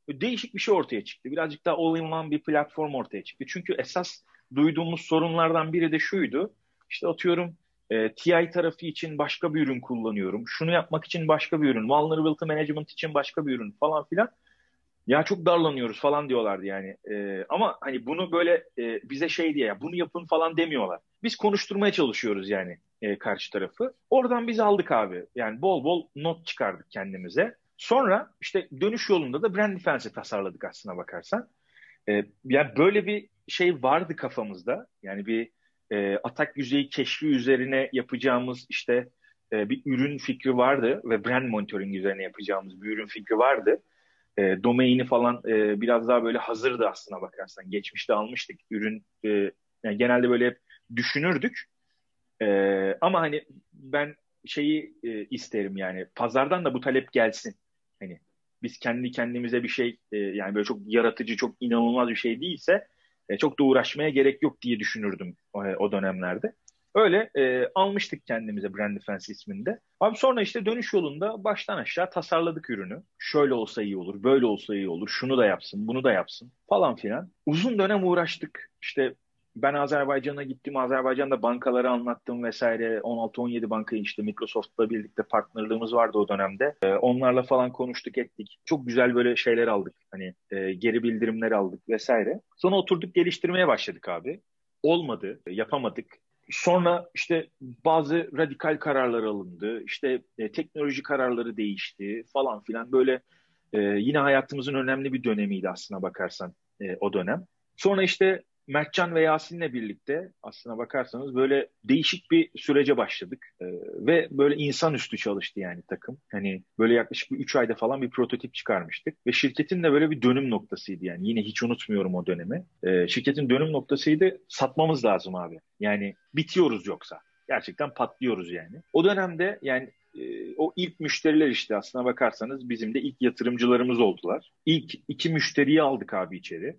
değişik bir şey ortaya çıktı. Birazcık daha all-in-one bir platform ortaya çıktı. Çünkü esas duyduğumuz sorunlardan biri de şuydu. İşte atıyorum e, T I tarafı için başka bir ürün kullanıyorum. Şunu yapmak için başka bir ürün. Vulnerability Management için başka bir ürün falan filan. Ya çok darlanıyoruz falan diyorlardı yani. E, ama hani bunu böyle e, bize şey diye ya bunu yapın falan demiyorlar. Biz konuşturmaya çalışıyoruz yani e, karşı tarafı. Oradan biz aldık abi. Yani bol bol not çıkardık kendimize. Sonra işte dönüş yolunda da Brand Defense'i tasarladık aslına bakarsan. E, yani böyle bir şey vardı kafamızda. Yani bir e, atak yüzeyi keşfi üzerine yapacağımız işte e, bir ürün fikri vardı ve brand monitoring üzerine yapacağımız bir ürün fikri vardı. E, domaini falan e, biraz daha böyle hazırdı aslına bakarsan. Geçmişte almıştık. Ürün e, yani genelde böyle hep düşünürdük. E, ama hani ben şeyi e, isterim yani pazardan da bu talep gelsin. Hani biz kendi kendimize bir şey e, yani böyle çok yaratıcı, çok inanılmaz bir şey değilse e, çok da uğraşmaya gerek yok diye düşünürdüm o, o dönemlerde. Öyle e, almıştık kendimize Brand Defense isminde. Abi sonra işte dönüş yolunda baştan aşağı tasarladık ürünü. Şöyle olsa iyi olur, böyle olsa iyi olur, şunu da yapsın, bunu da yapsın falan filan. Uzun dönem uğraştık. İşte ben Azerbaycan'a gittim. Azerbaycan'da bankaları anlattım vesaire. on altı on yedi bankayı işte Microsoft'la birlikte partnerliğimiz vardı o dönemde. Ee, onlarla falan konuştuk ettik. Çok güzel böyle şeyler aldık. Hani e, geri bildirimler aldık vesaire. Sonra oturduk geliştirmeye başladık abi. Olmadı, yapamadık. Sonra işte bazı radikal kararlar alındı. İşte e, teknoloji kararları değişti falan filan. Böyle e, yine hayatımızın önemli bir dönemiydi aslına bakarsan e, o dönem. Sonra işte Mertcan ve Yasin'le birlikte aslına bakarsanız böyle değişik bir sürece başladık. Ee, ve böyle insanüstü çalıştı yani takım. Hani böyle yaklaşık bir üç ayda falan bir prototip çıkarmıştık. Ve şirketin de böyle bir dönüm noktasıydı yani. Yine hiç unutmuyorum o dönemi. Ee, şirketin dönüm noktasıydı. Satmamız lazım abi. Yani bitiyoruz yoksa. Gerçekten patlıyoruz yani. O dönemde yani e, o ilk müşteriler işte aslına bakarsanız bizim de ilk yatırımcılarımız oldular. İlk iki müşteriyi aldık abi içeri.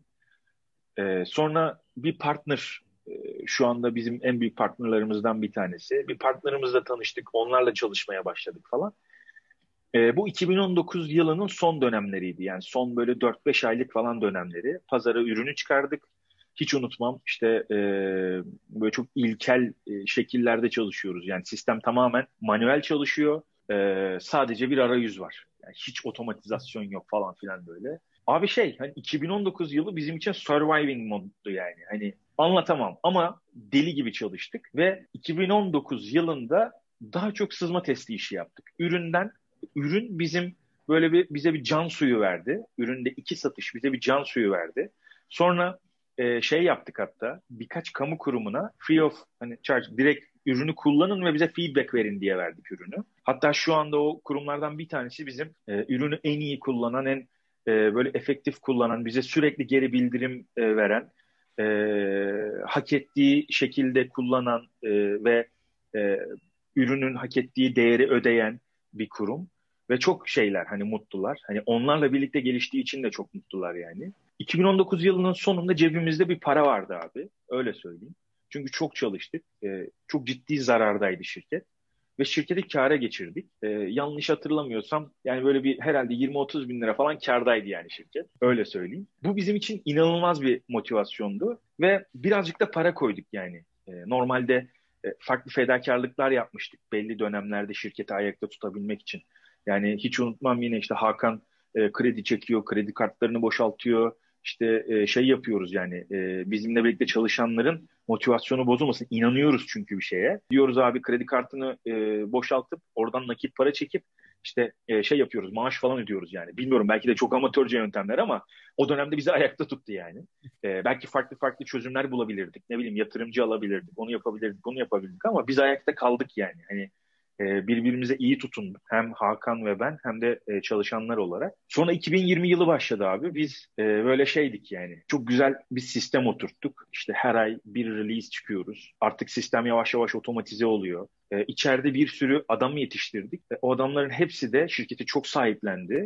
Ee, sonra bir partner, e, şu anda bizim en büyük partnerlarımızdan bir tanesi. Bir partnerimizle tanıştık, onlarla çalışmaya başladık falan. Ee, bu iki bin on dokuz yılının son dönemleriydi. Yani son böyle dört beş aylık falan dönemleri. Pazara ürünü çıkardık. Hiç unutmam işte e, böyle çok ilkel e, şekillerde çalışıyoruz. Yani sistem tamamen manuel çalışıyor. E, sadece bir arayüz var. Yani hiç otomatizasyon yok falan filan böyle. Abi şey hani iki bin on dokuz yılı bizim için surviving moddu yani. Hani anlatamam ama deli gibi çalıştık ve iki bin on dokuz yılında daha çok sızma testi işi yaptık. Üründen ürün bizim böyle bir bize bir can suyu verdi. Üründe iki satış bize bir can suyu verdi. Sonra e, şey yaptık hatta birkaç kamu kurumuna free of hani charge direkt ürünü kullanın ve bize feedback verin diye verdik ürünü. Hatta şu anda o kurumlardan bir tanesi bizim e, ürünü en iyi kullanan, en e, böyle efektif kullanan, bize sürekli geri bildirim e, veren, e, hak ettiği şekilde kullanan e, ve e, ürünün hak ettiği değeri ödeyen bir kurum. Ve çok şeyler hani mutlular. Hani onlarla birlikte geliştiği için de çok mutlular yani. iki bin on dokuz yılının sonunda cebimizde bir para vardı abi. Öyle söyleyeyim. Çünkü çok çalıştık. E, çok ciddi zarardaydı şirket. Ve şirketi kâra geçirdik. E, yanlış hatırlamıyorsam yani böyle bir herhalde yirmi otuz bin lira falan kârdaydı yani şirket. Öyle söyleyeyim. Bu bizim için inanılmaz bir motivasyondu. Ve birazcık da para koyduk yani. E, normalde e, farklı fedakarlıklar yapmıştık belli dönemlerde şirketi ayakta tutabilmek için. Yani hiç unutmam yine işte Hakan e, kredi çekiyor, kredi kartlarını boşaltıyor. İşte e, şey yapıyoruz yani e, bizimle birlikte çalışanların motivasyonu bozulmasın. İnanıyoruz çünkü bir şeye. Diyoruz abi kredi kartını e, boşaltıp oradan nakit para çekip işte e, şey yapıyoruz maaş falan ödüyoruz yani. Bilmiyorum belki de çok amatörce yöntemler ama o dönemde bizi ayakta tuttu yani. E, belki farklı farklı çözümler bulabilirdik. Ne bileyim yatırımcı alabilirdik, onu yapabilirdik, bunu yapabilirdik ama biz ayakta kaldık yani. Hani e, birbirimize iyi tutunduk. Hem Hakan ve ben hem de e, çalışanlar olarak. Sonra iki bin yirmi yılı başladı abi. Biz e, böyle şeydik yani. Çok güzel bir sistem oturttuk. İşte her ay bir release çıkıyoruz. Artık sistem yavaş yavaş otomatize oluyor. E, içeride bir sürü adam yetiştirdik. E, o adamların hepsi de şirketi çok sahiplendi.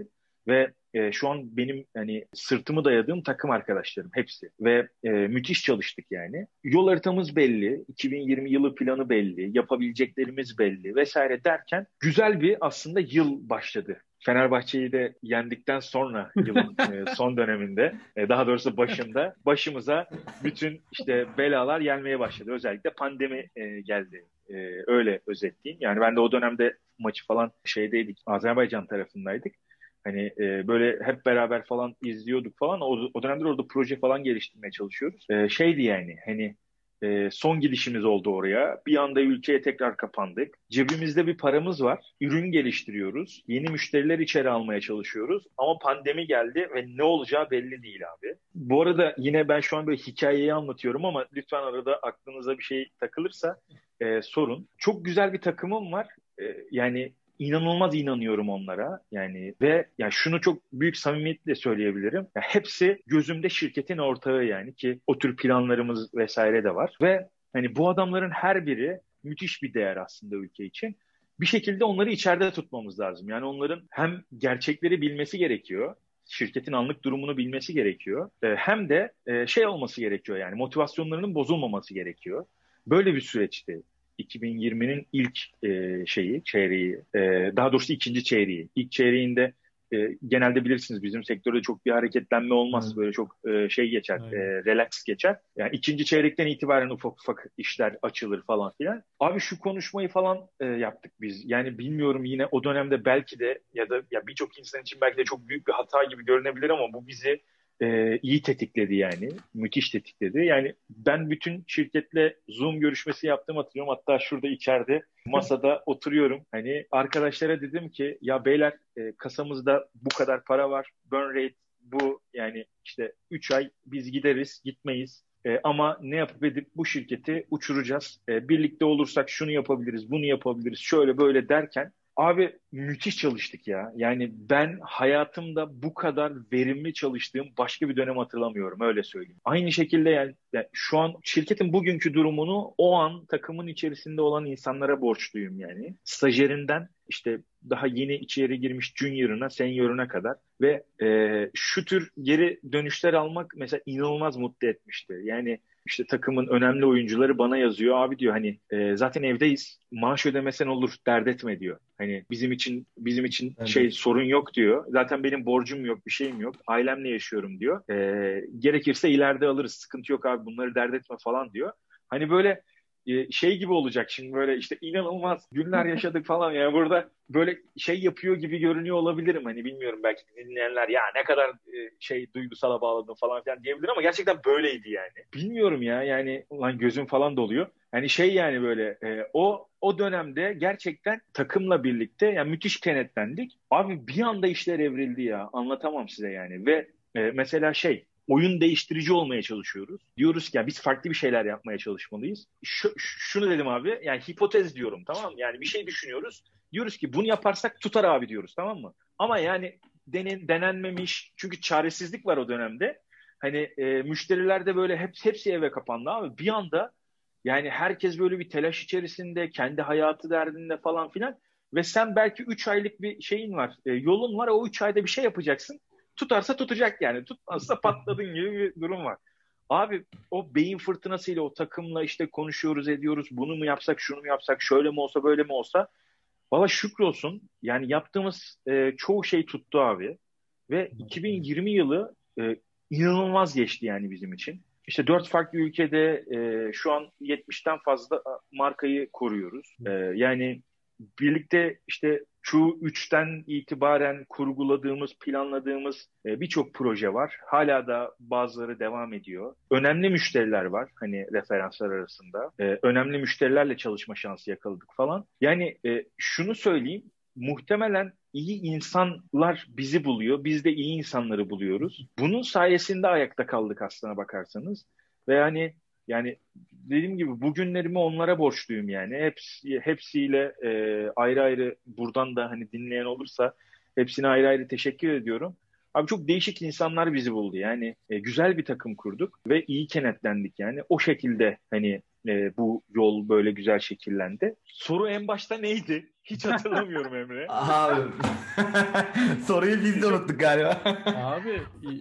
Ve e, şu an benim hani sırtımı dayadığım takım arkadaşlarım hepsi. Ve e, müthiş çalıştık yani. Yol haritamız belli, iki bin yirmi yılı planı belli, yapabileceklerimiz belli vesaire derken güzel bir aslında yıl başladı. Fenerbahçe'yi de yendikten sonra yılın e, son döneminde, e, daha doğrusu başında başımıza bütün işte belalar gelmeye başladı. Özellikle pandemi e, geldi. E, öyle özetleyeyim. Yani ben de o dönemde maçı falan şeydeydik, Azerbaycan tarafındaydık. Hani e, böyle hep beraber falan izliyorduk falan. O, o dönemde orada proje falan geliştirmeye çalışıyoruz. E, şeydi yani hani e, son gidişimiz oldu oraya. Bir anda ülkeye tekrar kapandık. Cebimizde bir paramız var. Ürün geliştiriyoruz. Yeni müşteriler içeri almaya çalışıyoruz. Ama pandemi geldi ve ne olacağı belli değil abi. Bu arada yine ben şu an böyle hikayeyi anlatıyorum ama lütfen arada aklınıza bir şey takılırsa e, sorun. Çok güzel bir takımım var. E, yani İnanılmaz inanıyorum onlara yani ve ya şunu çok büyük samimiyetle söyleyebilirim. Ya hepsi gözümde şirketin ortağı yani ki o tür planlarımız vesaire de var ve hani bu adamların her biri müthiş bir değer aslında ülke için. Bir şekilde onları içeride tutmamız lazım. Yani onların hem gerçekleri bilmesi gerekiyor. Şirketin anlık durumunu bilmesi gerekiyor. Hem de şey olması gerekiyor yani motivasyonlarının bozulmaması gerekiyor. Böyle bir süreçti. iki bin yirminin ilk e, şeyi, çeyreği, e, daha doğrusu ikinci çeyreği. İlk çeyreğinde e, genelde bilirsiniz bizim sektörde çok bir hareketlenme olmaz. Evet. Böyle çok e, şey geçer, e, relax geçer. Yani ikinci çeyrekten itibaren ufak ufak işler açılır falan filan. Abi şu konuşmayı falan e, yaptık biz. Yani bilmiyorum yine o dönemde belki de ya da ya birçok insan için belki de çok büyük bir hata gibi görünebilir ama bu bizi Ee, iyi tetikledi yani. Müthiş tetikledi. Yani ben bütün şirketle Zoom görüşmesi yaptım hatırlıyorum. Hatta şurada içeride masada oturuyorum. Hani arkadaşlara dedim ki ya beyler e, kasamızda bu kadar para var. Burn rate bu yani işte üç ay biz gideriz gitmeyiz. E, ama ne yapıp edip bu şirketi uçuracağız. E, birlikte olursak şunu yapabiliriz, bunu yapabiliriz, şöyle böyle derken abi müthiş çalıştık ya. Yani ben hayatımda bu kadar verimli çalıştığım başka bir dönem hatırlamıyorum öyle söyleyeyim. Aynı şekilde yani, yani şu an şirketin bugünkü durumunu o an takımın içerisinde olan insanlara borçluyum yani. Stajyerinden işte daha yeni içeri girmiş junior'ına, senior'ına kadar ve e, şu tür geri dönüşler almak mesela inanılmaz mutlu etmişti. Yani işte takımın önemli oyuncuları bana yazıyor. Abi diyor hani e, zaten evdeyiz. Maaş ödemesen olur. Dert etme diyor. Hani bizim için bizim için evet. şey sorun yok diyor. Zaten benim borcum yok, bir şeyim yok. Ailemle yaşıyorum diyor. E, gerekirse ileride alırız. Sıkıntı yok abi. Bunları dert etme falan diyor. Hani böyle şey gibi olacak şimdi böyle işte inanılmaz günler yaşadık falan ya burada böyle şey yapıyor gibi görünüyor olabilirim hani bilmiyorum belki dinleyenler ya ne kadar şey duygusala bağladım falan filan diyebilir ama gerçekten böyleydi yani. Bilmiyorum ya yani ulan gözüm falan doluyor. Yani şey yani böyle e, o o dönemde gerçekten takımla birlikte yani müthiş kenetlendik. Abi bir anda işler evrildi ya anlatamam size yani ve e, mesela şey oyun değiştirici olmaya çalışıyoruz. Diyoruz ki ya biz farklı bir şeyler yapmaya çalışmalıyız. Şu, şunu dedim abi yani hipotez diyorum tamam mı? Yani bir şey düşünüyoruz. Diyoruz ki bunu yaparsak tutar abi diyoruz tamam mı? Ama yani denen, denenmemiş çünkü çaresizlik var o dönemde. Hani e, müşteriler de böyle hep, hepsi eve kapandı abi. Bir anda yani herkes böyle bir telaş içerisinde kendi hayatı derdinde falan filan ve sen belki üç aylık bir şeyin var e, yolun var o üç ayda bir şey yapacaksın. Tutarsa tutacak yani. Tutmazsa patladın gibi bir durum var. Abi o beyin fırtınasıyla o takımla işte konuşuyoruz ediyoruz. Bunu mu yapsak şunu mu yapsak şöyle mi olsa böyle mi olsa. Valla şükrolsun. Yani yaptığımız e, çoğu şey tuttu abi. Ve iki bin yirmi yılı e, inanılmaz geçti yani bizim için. İşte dört farklı ülkede e, şu an yetmişten fazla markayı koruyoruz. E, yani birlikte işte Q üçten itibaren kurguladığımız, planladığımız e, birçok proje var. Hala da bazıları devam ediyor. Önemli müşteriler var hani referanslar arasında. E, önemli müşterilerle çalışma şansı yakaladık falan. Yani e, şunu söyleyeyim, muhtemelen iyi insanlar bizi buluyor. Biz de iyi insanları buluyoruz. Bunun sayesinde ayakta kaldık aslına bakarsanız. Ve yani yani dediğim gibi bugünlerimi onlara borçluyum yani. Hepsi, hepsiyle e, ayrı ayrı buradan da hani dinleyen olursa hepsine ayrı ayrı teşekkür ediyorum. Abi çok değişik insanlar bizi buldu yani. E, güzel bir takım kurduk ve iyi kenetlendik yani. O şekilde hani e, bu yol böyle güzel şekillendi. Soru en başta neydi? Hiç hatırlamıyorum Emre. Abi soruyu biz de unuttuk galiba. Abi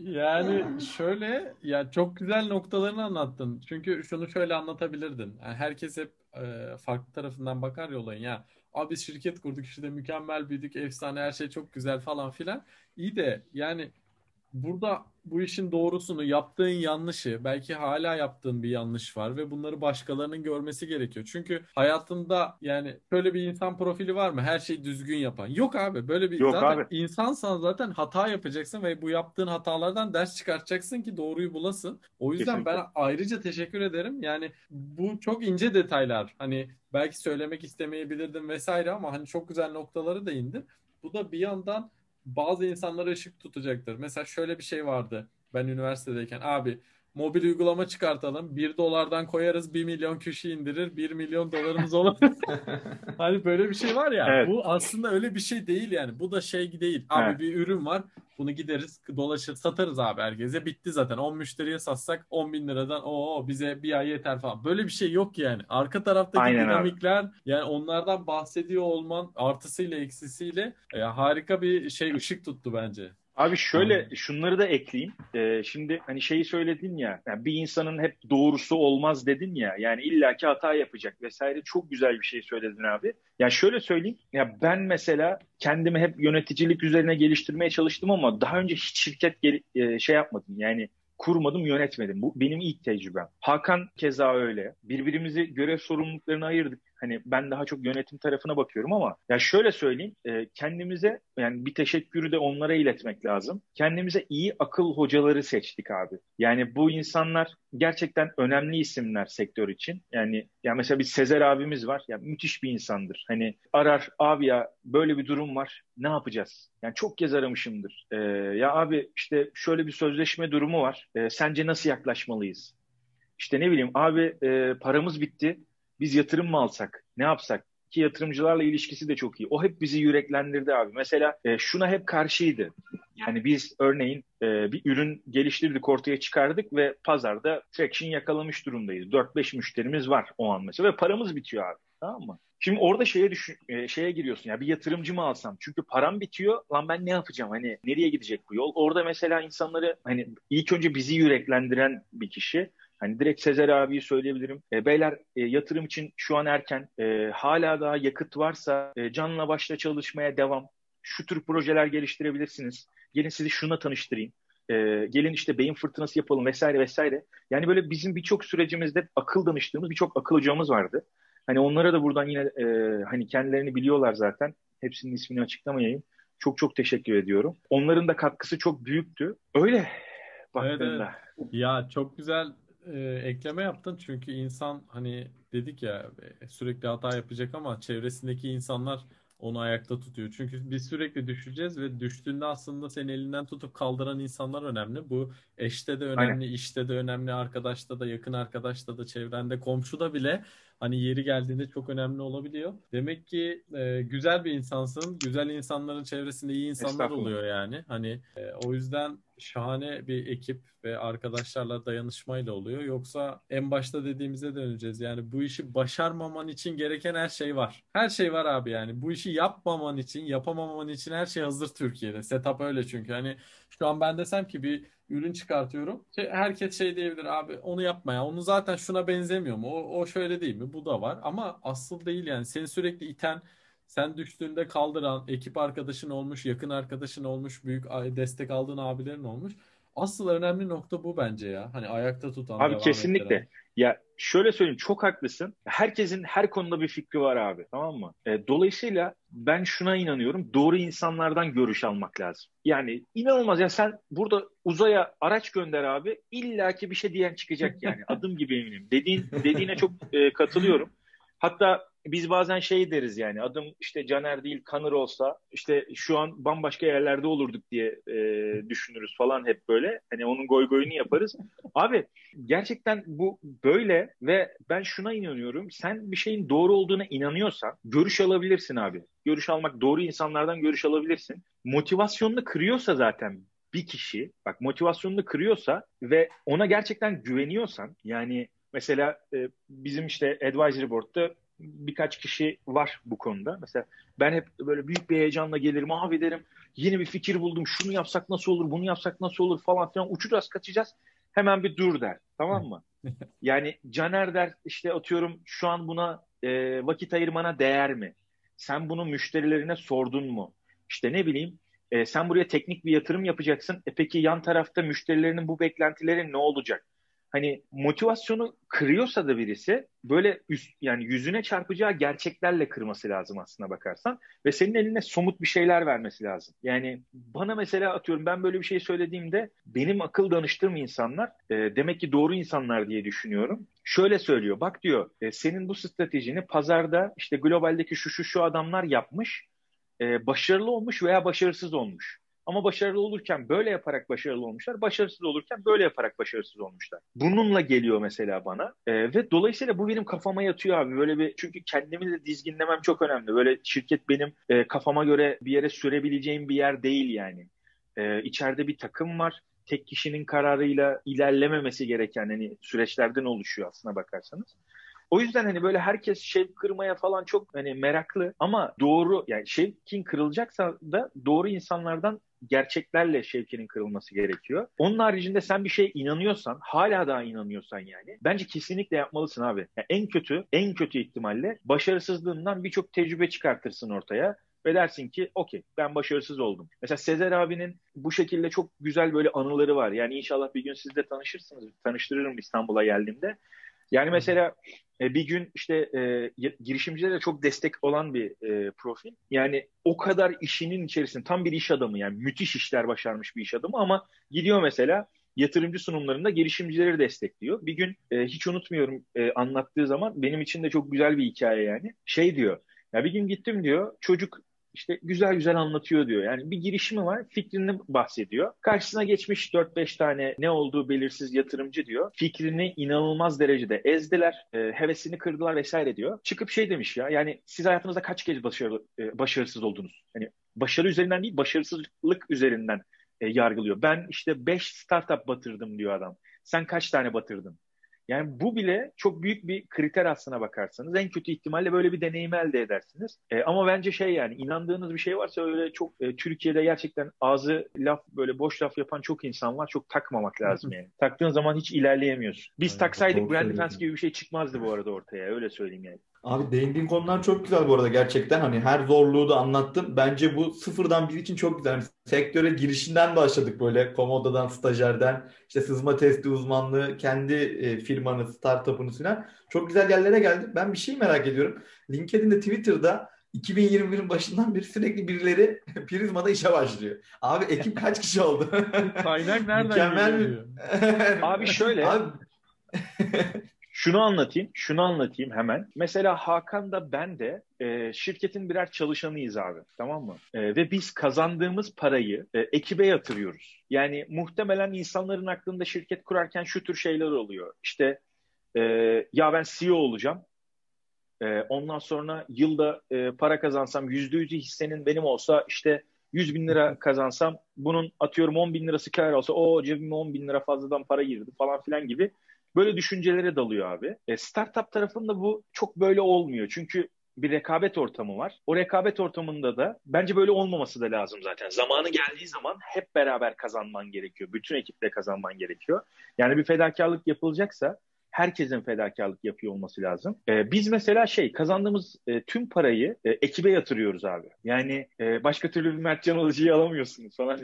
yani şöyle ya çok güzel noktalarını anlattın. Çünkü şunu şöyle anlatabilirdin. Yani herkes hep e, farklı tarafından bakar ya olayın ya. Abi biz şirket kurduk işte mükemmel büyüdük efsane her şey çok güzel falan filan. İyi de yani burada bu işin doğrusunu, yaptığın yanlışı, belki hala yaptığın bir yanlış var ve bunları başkalarının görmesi gerekiyor. Çünkü hayatında yani böyle bir insan profili var mı? Her şeyi düzgün yapan. Yok abi. Böyle bir Yok zaten abi. insansan zaten hata yapacaksın ve bu yaptığın hatalardan ders çıkartacaksın ki doğruyu bulasın. O yüzden ben Kesinlikle. ayrıca teşekkür ederim. Yani bu çok ince detaylar. Hani belki söylemek istemeyebilirdim vesaire ama hani çok güzel noktaları değindin. Bu da bir yandan bazı insanlara ışık tutacaktır. Mesela şöyle bir şey vardı. Ben üniversitedeyken abi mobil uygulama çıkartalım. Bir dolardan koyarız bir milyon kişi indirir. Bir milyon dolarımız olur. Hani böyle bir şey var ya. Evet. Bu aslında öyle bir şey değil yani. Bu da şey değil. Abi Evet. bir ürün var. Bunu gideriz dolaşır satarız abi herkese. Bitti zaten. on müşteriye satsak on bin liradan o bize bir ay yeter falan. Böyle bir şey yok yani. Arka taraftaki Aynen abi. dinamikler yani onlardan bahsediyor olman artısıyla eksisiyle ya harika bir şey ışık tuttu bence. Abi şöyle şunları da ekleyeyim. Ee, şimdi hani şeyi söyledin ya, yani bir insanın hep doğrusu olmaz dedin ya. Yani illaki hata yapacak vesaire. Çok güzel bir şey söyledin abi. Ya şöyle söyleyeyim. Ya ben mesela kendimi hep yöneticilik üzerine geliştirmeye çalıştım ama daha önce hiç şirket gel- e, şey yapmadım. Yani kurmadım, yönetmedim. Bu benim ilk tecrübem. Hakan keza öyle. Birbirimizi görev sorumluluklarını ayırdık. Hani ben daha çok yönetim tarafına bakıyorum ama ya şöyle söyleyeyim, e, kendimize yani bir teşekkürü de onlara iletmek lazım. Kendimize iyi akıl hocaları seçtik abi. Yani bu insanlar gerçekten önemli isimler sektör için. Yani ya mesela bir Sezer abimiz var. Ya müthiş bir insandır. Hani arar abi ya böyle bir durum var. Ne yapacağız? Yani çok kez aramışımdır. E, ya abi işte şöyle bir sözleşme durumu var. E, sence nasıl yaklaşmalıyız? İşte ne bileyim abi e, paramız bitti. Biz yatırım mı alsak? Ne yapsak? Ki yatırımcılarla ilişkisi de çok iyi. O hep bizi yüreklendirdi abi. Mesela e, şuna hep karşıydı. Yani biz örneğin e, bir ürün geliştirdik, ortaya çıkardık ve pazarda traction yakalamış durumdayız. dört beş müşterimiz var o an mesela ve paramız bitiyor abi. Tamam mı? Şimdi orada şeye düşün, e, şeye giriyorsun ya bir yatırımcı mı alsam? Çünkü param bitiyor. Lan ben ne yapacağım? Hani nereye gidecek bu yol? Orada mesela insanları hani ilk önce bizi yüreklendiren bir kişi. Hani direkt Sezer abiyi söyleyebilirim. E, beyler e, yatırım için şu an erken. E, hala daha yakıt varsa e, canla başla çalışmaya devam. Şu tür projeler geliştirebilirsiniz. Gelin sizi şuna tanıştırayım. E, gelin işte beyin fırtınası yapalım vesaire vesaire. Yani böyle bizim birçok sürecimizde akıl danıştığımız birçok akıl hocamız vardı. Hani onlara da buradan yine e, hani kendilerini biliyorlar zaten. Hepsinin ismini açıklamayayım. Çok çok teşekkür ediyorum. Onların da katkısı çok büyüktü. Öyle Evet, evet. baktığında. Ya çok güzel e, ekleme yaptın çünkü insan hani dedik ya e, sürekli hata yapacak ama çevresindeki insanlar onu ayakta tutuyor. Çünkü biz sürekli düşeceğiz ve düştüğünde aslında seni elinden tutup kaldıran insanlar önemli. Bu eşte de Aynen. önemli, işte de önemli, arkadaşta da, yakın arkadaşta da, çevrende, komşuda bile hani yeri geldiğinde çok önemli olabiliyor. Demek ki e, güzel bir insansın. Güzel insanların çevresinde iyi insanlar Estağfurullah. oluyor yani. Hani e, o yüzden şahane bir ekip ve arkadaşlarla dayanışmayla oluyor. Yoksa en başta dediğimize döneceğiz. Yani bu işi başarmaman için gereken her şey var. Her şey var abi yani. Bu işi yapmaman için, yapamaman için her şey hazır Türkiye'de. Setup öyle çünkü. Hani şu an ben desem ki bir ürün çıkartıyorum. Şey, herkes şey diyebilir abi onu yapma ya. Onu zaten şuna benzemiyor mu? O, o şöyle değil mi? Bu da var. Ama asıl değil yani. Seni sürekli iten sen düştüğünde kaldıran, ekip arkadaşın olmuş, yakın arkadaşın olmuş, büyük a- destek aldığın abilerin olmuş. Asıl önemli nokta bu bence ya. Hani ayakta tutan, Abi devam ettiren. kesinlikle. Ya şöyle söyleyeyim, çok haklısın. Herkesin her konuda bir fikri var abi, tamam mı? E, dolayısıyla ben şuna inanıyorum. Doğru insanlardan görüş almak lazım. Yani inanılmaz ya, sen burada uzaya araç gönder abi, illaki bir şey diyen çıkacak yani. Adım gibi eminim. Dediğin dediğine çok e, katılıyorum. Hatta biz bazen şey deriz, yani adım işte Caner değil Kanır olsa işte şu an bambaşka yerlerde olurduk diye e, düşünürüz falan, hep böyle. Hani onun goy goyunu yaparız. Abi gerçekten bu böyle ve ben şuna inanıyorum. Sen bir şeyin doğru olduğuna inanıyorsan görüş alabilirsin abi. Görüş almak, doğru insanlardan görüş alabilirsin. Motivasyonunu kırıyorsa zaten bir kişi, bak motivasyonunu kırıyorsa ve ona gerçekten güveniyorsan, yani Mesela e, bizim işte Advisory Board'da birkaç kişi var bu konuda. Mesela ben hep böyle büyük bir heyecanla gelirim. Abi derim yeni bir fikir buldum. Şunu yapsak nasıl olur? Bunu yapsak nasıl olur falan filan. Uçacağız kaçacağız. Hemen bir dur der. Tamam mı? Yani Caner der işte atıyorum şu an buna e, vakit ayırmana değer mi? Sen bunu müşterilerine sordun mu? İşte ne bileyim e, sen buraya teknik bir yatırım yapacaksın. E peki yan tarafta müşterilerinin bu beklentileri ne olacak? Hani motivasyonu kırıyorsa da birisi böyle üst, yani yüzüne çarpacağı gerçeklerle kırması lazım aslına bakarsan ve senin eline somut bir şeyler vermesi lazım. Yani bana mesela atıyorum ben böyle bir şey söylediğimde benim akıl danıştığım insanlar e, demek ki doğru insanlar diye düşünüyorum. Şöyle söylüyor bak diyor e, senin bu stratejini pazarda işte globaldeki şu şu şu adamlar yapmış e, başarılı olmuş veya başarısız olmuş. Ama başarılı olurken böyle yaparak başarılı olmuşlar. Başarısız olurken böyle yaparak başarısız olmuşlar. Bununla geliyor mesela bana. Ee, ve dolayısıyla bu benim kafama yatıyor abi. Böyle bir çünkü kendimi de dizginlemem çok önemli. Böyle şirket benim e, kafama göre bir yere sürebileceğim bir yer değil yani. Ee, içeride bir takım var. Tek kişinin kararıyla ilerlememesi gereken hani süreçlerden oluşuyor aslına bakarsanız. O yüzden hani böyle herkes şevk kırmaya falan çok hani meraklı ama doğru yani şevkin kırılacaksa da doğru insanlardan gerçeklerle şevkinin kırılması gerekiyor. Onun haricinde sen bir şeye inanıyorsan, hala daha inanıyorsan yani bence kesinlikle yapmalısın abi. Yani en kötü, en kötü ihtimalle başarısızlığından birçok tecrübe çıkartırsın ortaya. Ve dersin ki okey ben başarısız oldum. Mesela Sezer abinin bu şekilde çok güzel böyle anıları var. Yani inşallah bir gün siz de tanışırsınız. Tanıştırırım İstanbul'a geldiğimde. Yani mesela e, bir gün işte e, girişimcilere çok destek olan bir e, profil. Yani o kadar işinin içerisinde tam bir iş adamı yani müthiş işler başarmış bir iş adamı ama gidiyor mesela yatırımcı sunumlarında girişimcileri destekliyor. Bir gün e, hiç unutmuyorum e, anlattığı zaman benim için de çok güzel bir hikaye yani. Şey diyor ya bir gün gittim diyor çocuk işte güzel güzel anlatıyor diyor. Yani bir girişimi var, fikrini bahsediyor. Karşısına geçmiş dört beş tane ne olduğu belirsiz yatırımcı diyor. Fikrini inanılmaz derecede ezdiler, e, hevesini kırdılar vesaire diyor. Çıkıp şey demiş ya, yani siz hayatınızda kaç kez başarılı, e, başarısız oldunuz? Yani başarı üzerinden değil, başarısızlık üzerinden e, yargılıyor. Ben işte beş startup batırdım diyor adam. Sen kaç tane batırdın? Yani bu bile çok büyük bir kriter aslına bakarsanız. En kötü ihtimalle böyle bir deneyimi elde edersiniz. E, ama bence şey yani inandığınız bir şey varsa öyle çok e, Türkiye'de gerçekten ağzı laf böyle boş laf yapan çok insan var. Çok takmamak lazım yani. Taktığın zaman hiç ilerleyemiyorsun. Biz Aynen, taksaydık doğru Brand Defense söylüyorsun. gibi bir şey çıkmazdı bu arada ortaya. Öyle söyleyeyim yani. Abi değindiğin konular çok güzel bu arada gerçekten. Hani her zorluğu da anlattın. Bence bu sıfırdan bir için çok güzel. Yani sektöre girişinden başladık böyle. Komodo'dan, stajyerden, işte sızma testi uzmanlığı, kendi e, firmanı, startup'ını falan. Çok güzel yerlere geldik. Ben bir şey merak ediyorum. LinkedIn'de, Twitter'da iki bin yirmi birin başından beri sürekli birileri Prizma'da işe başlıyor. Abi ekip kaç kişi oldu? Kaynak nereden Mükemmel geliyor mi? Abi şöyle Abi şunu anlatayım, şunu anlatayım hemen. Mesela Hakan da ben de e, şirketin birer çalışanıyız abi, tamam mı? E, ve biz kazandığımız parayı e, ekibe yatırıyoruz. Yani muhtemelen insanların aklında şirket kurarken şu tür şeyler oluyor. İşte e, ya ben C E O olacağım. E, ondan sonra yılda e, para kazansam yüzde yüzü hissenin benim olsa işte yüz bin lira kazansam bunun atıyorum on bin lirası kar olsa o cebime on bin lira fazladan para girdi falan filan gibi böyle düşüncelere dalıyor abi. E, startup tarafında bu çok böyle olmuyor. Çünkü bir rekabet ortamı var. O rekabet ortamında da bence böyle olmaması da lazım zaten. Zamanı geldiği zaman hep beraber kazanman gerekiyor. Bütün ekiple kazanman gerekiyor. Yani bir fedakarlık yapılacaksa herkesin fedakarlık yapıyor olması lazım. Ee, biz mesela şey kazandığımız e, tüm parayı e, ekibe yatırıyoruz abi. Yani e, başka türlü bir Mert Can Alıcı'yı alamıyorsunuz falan.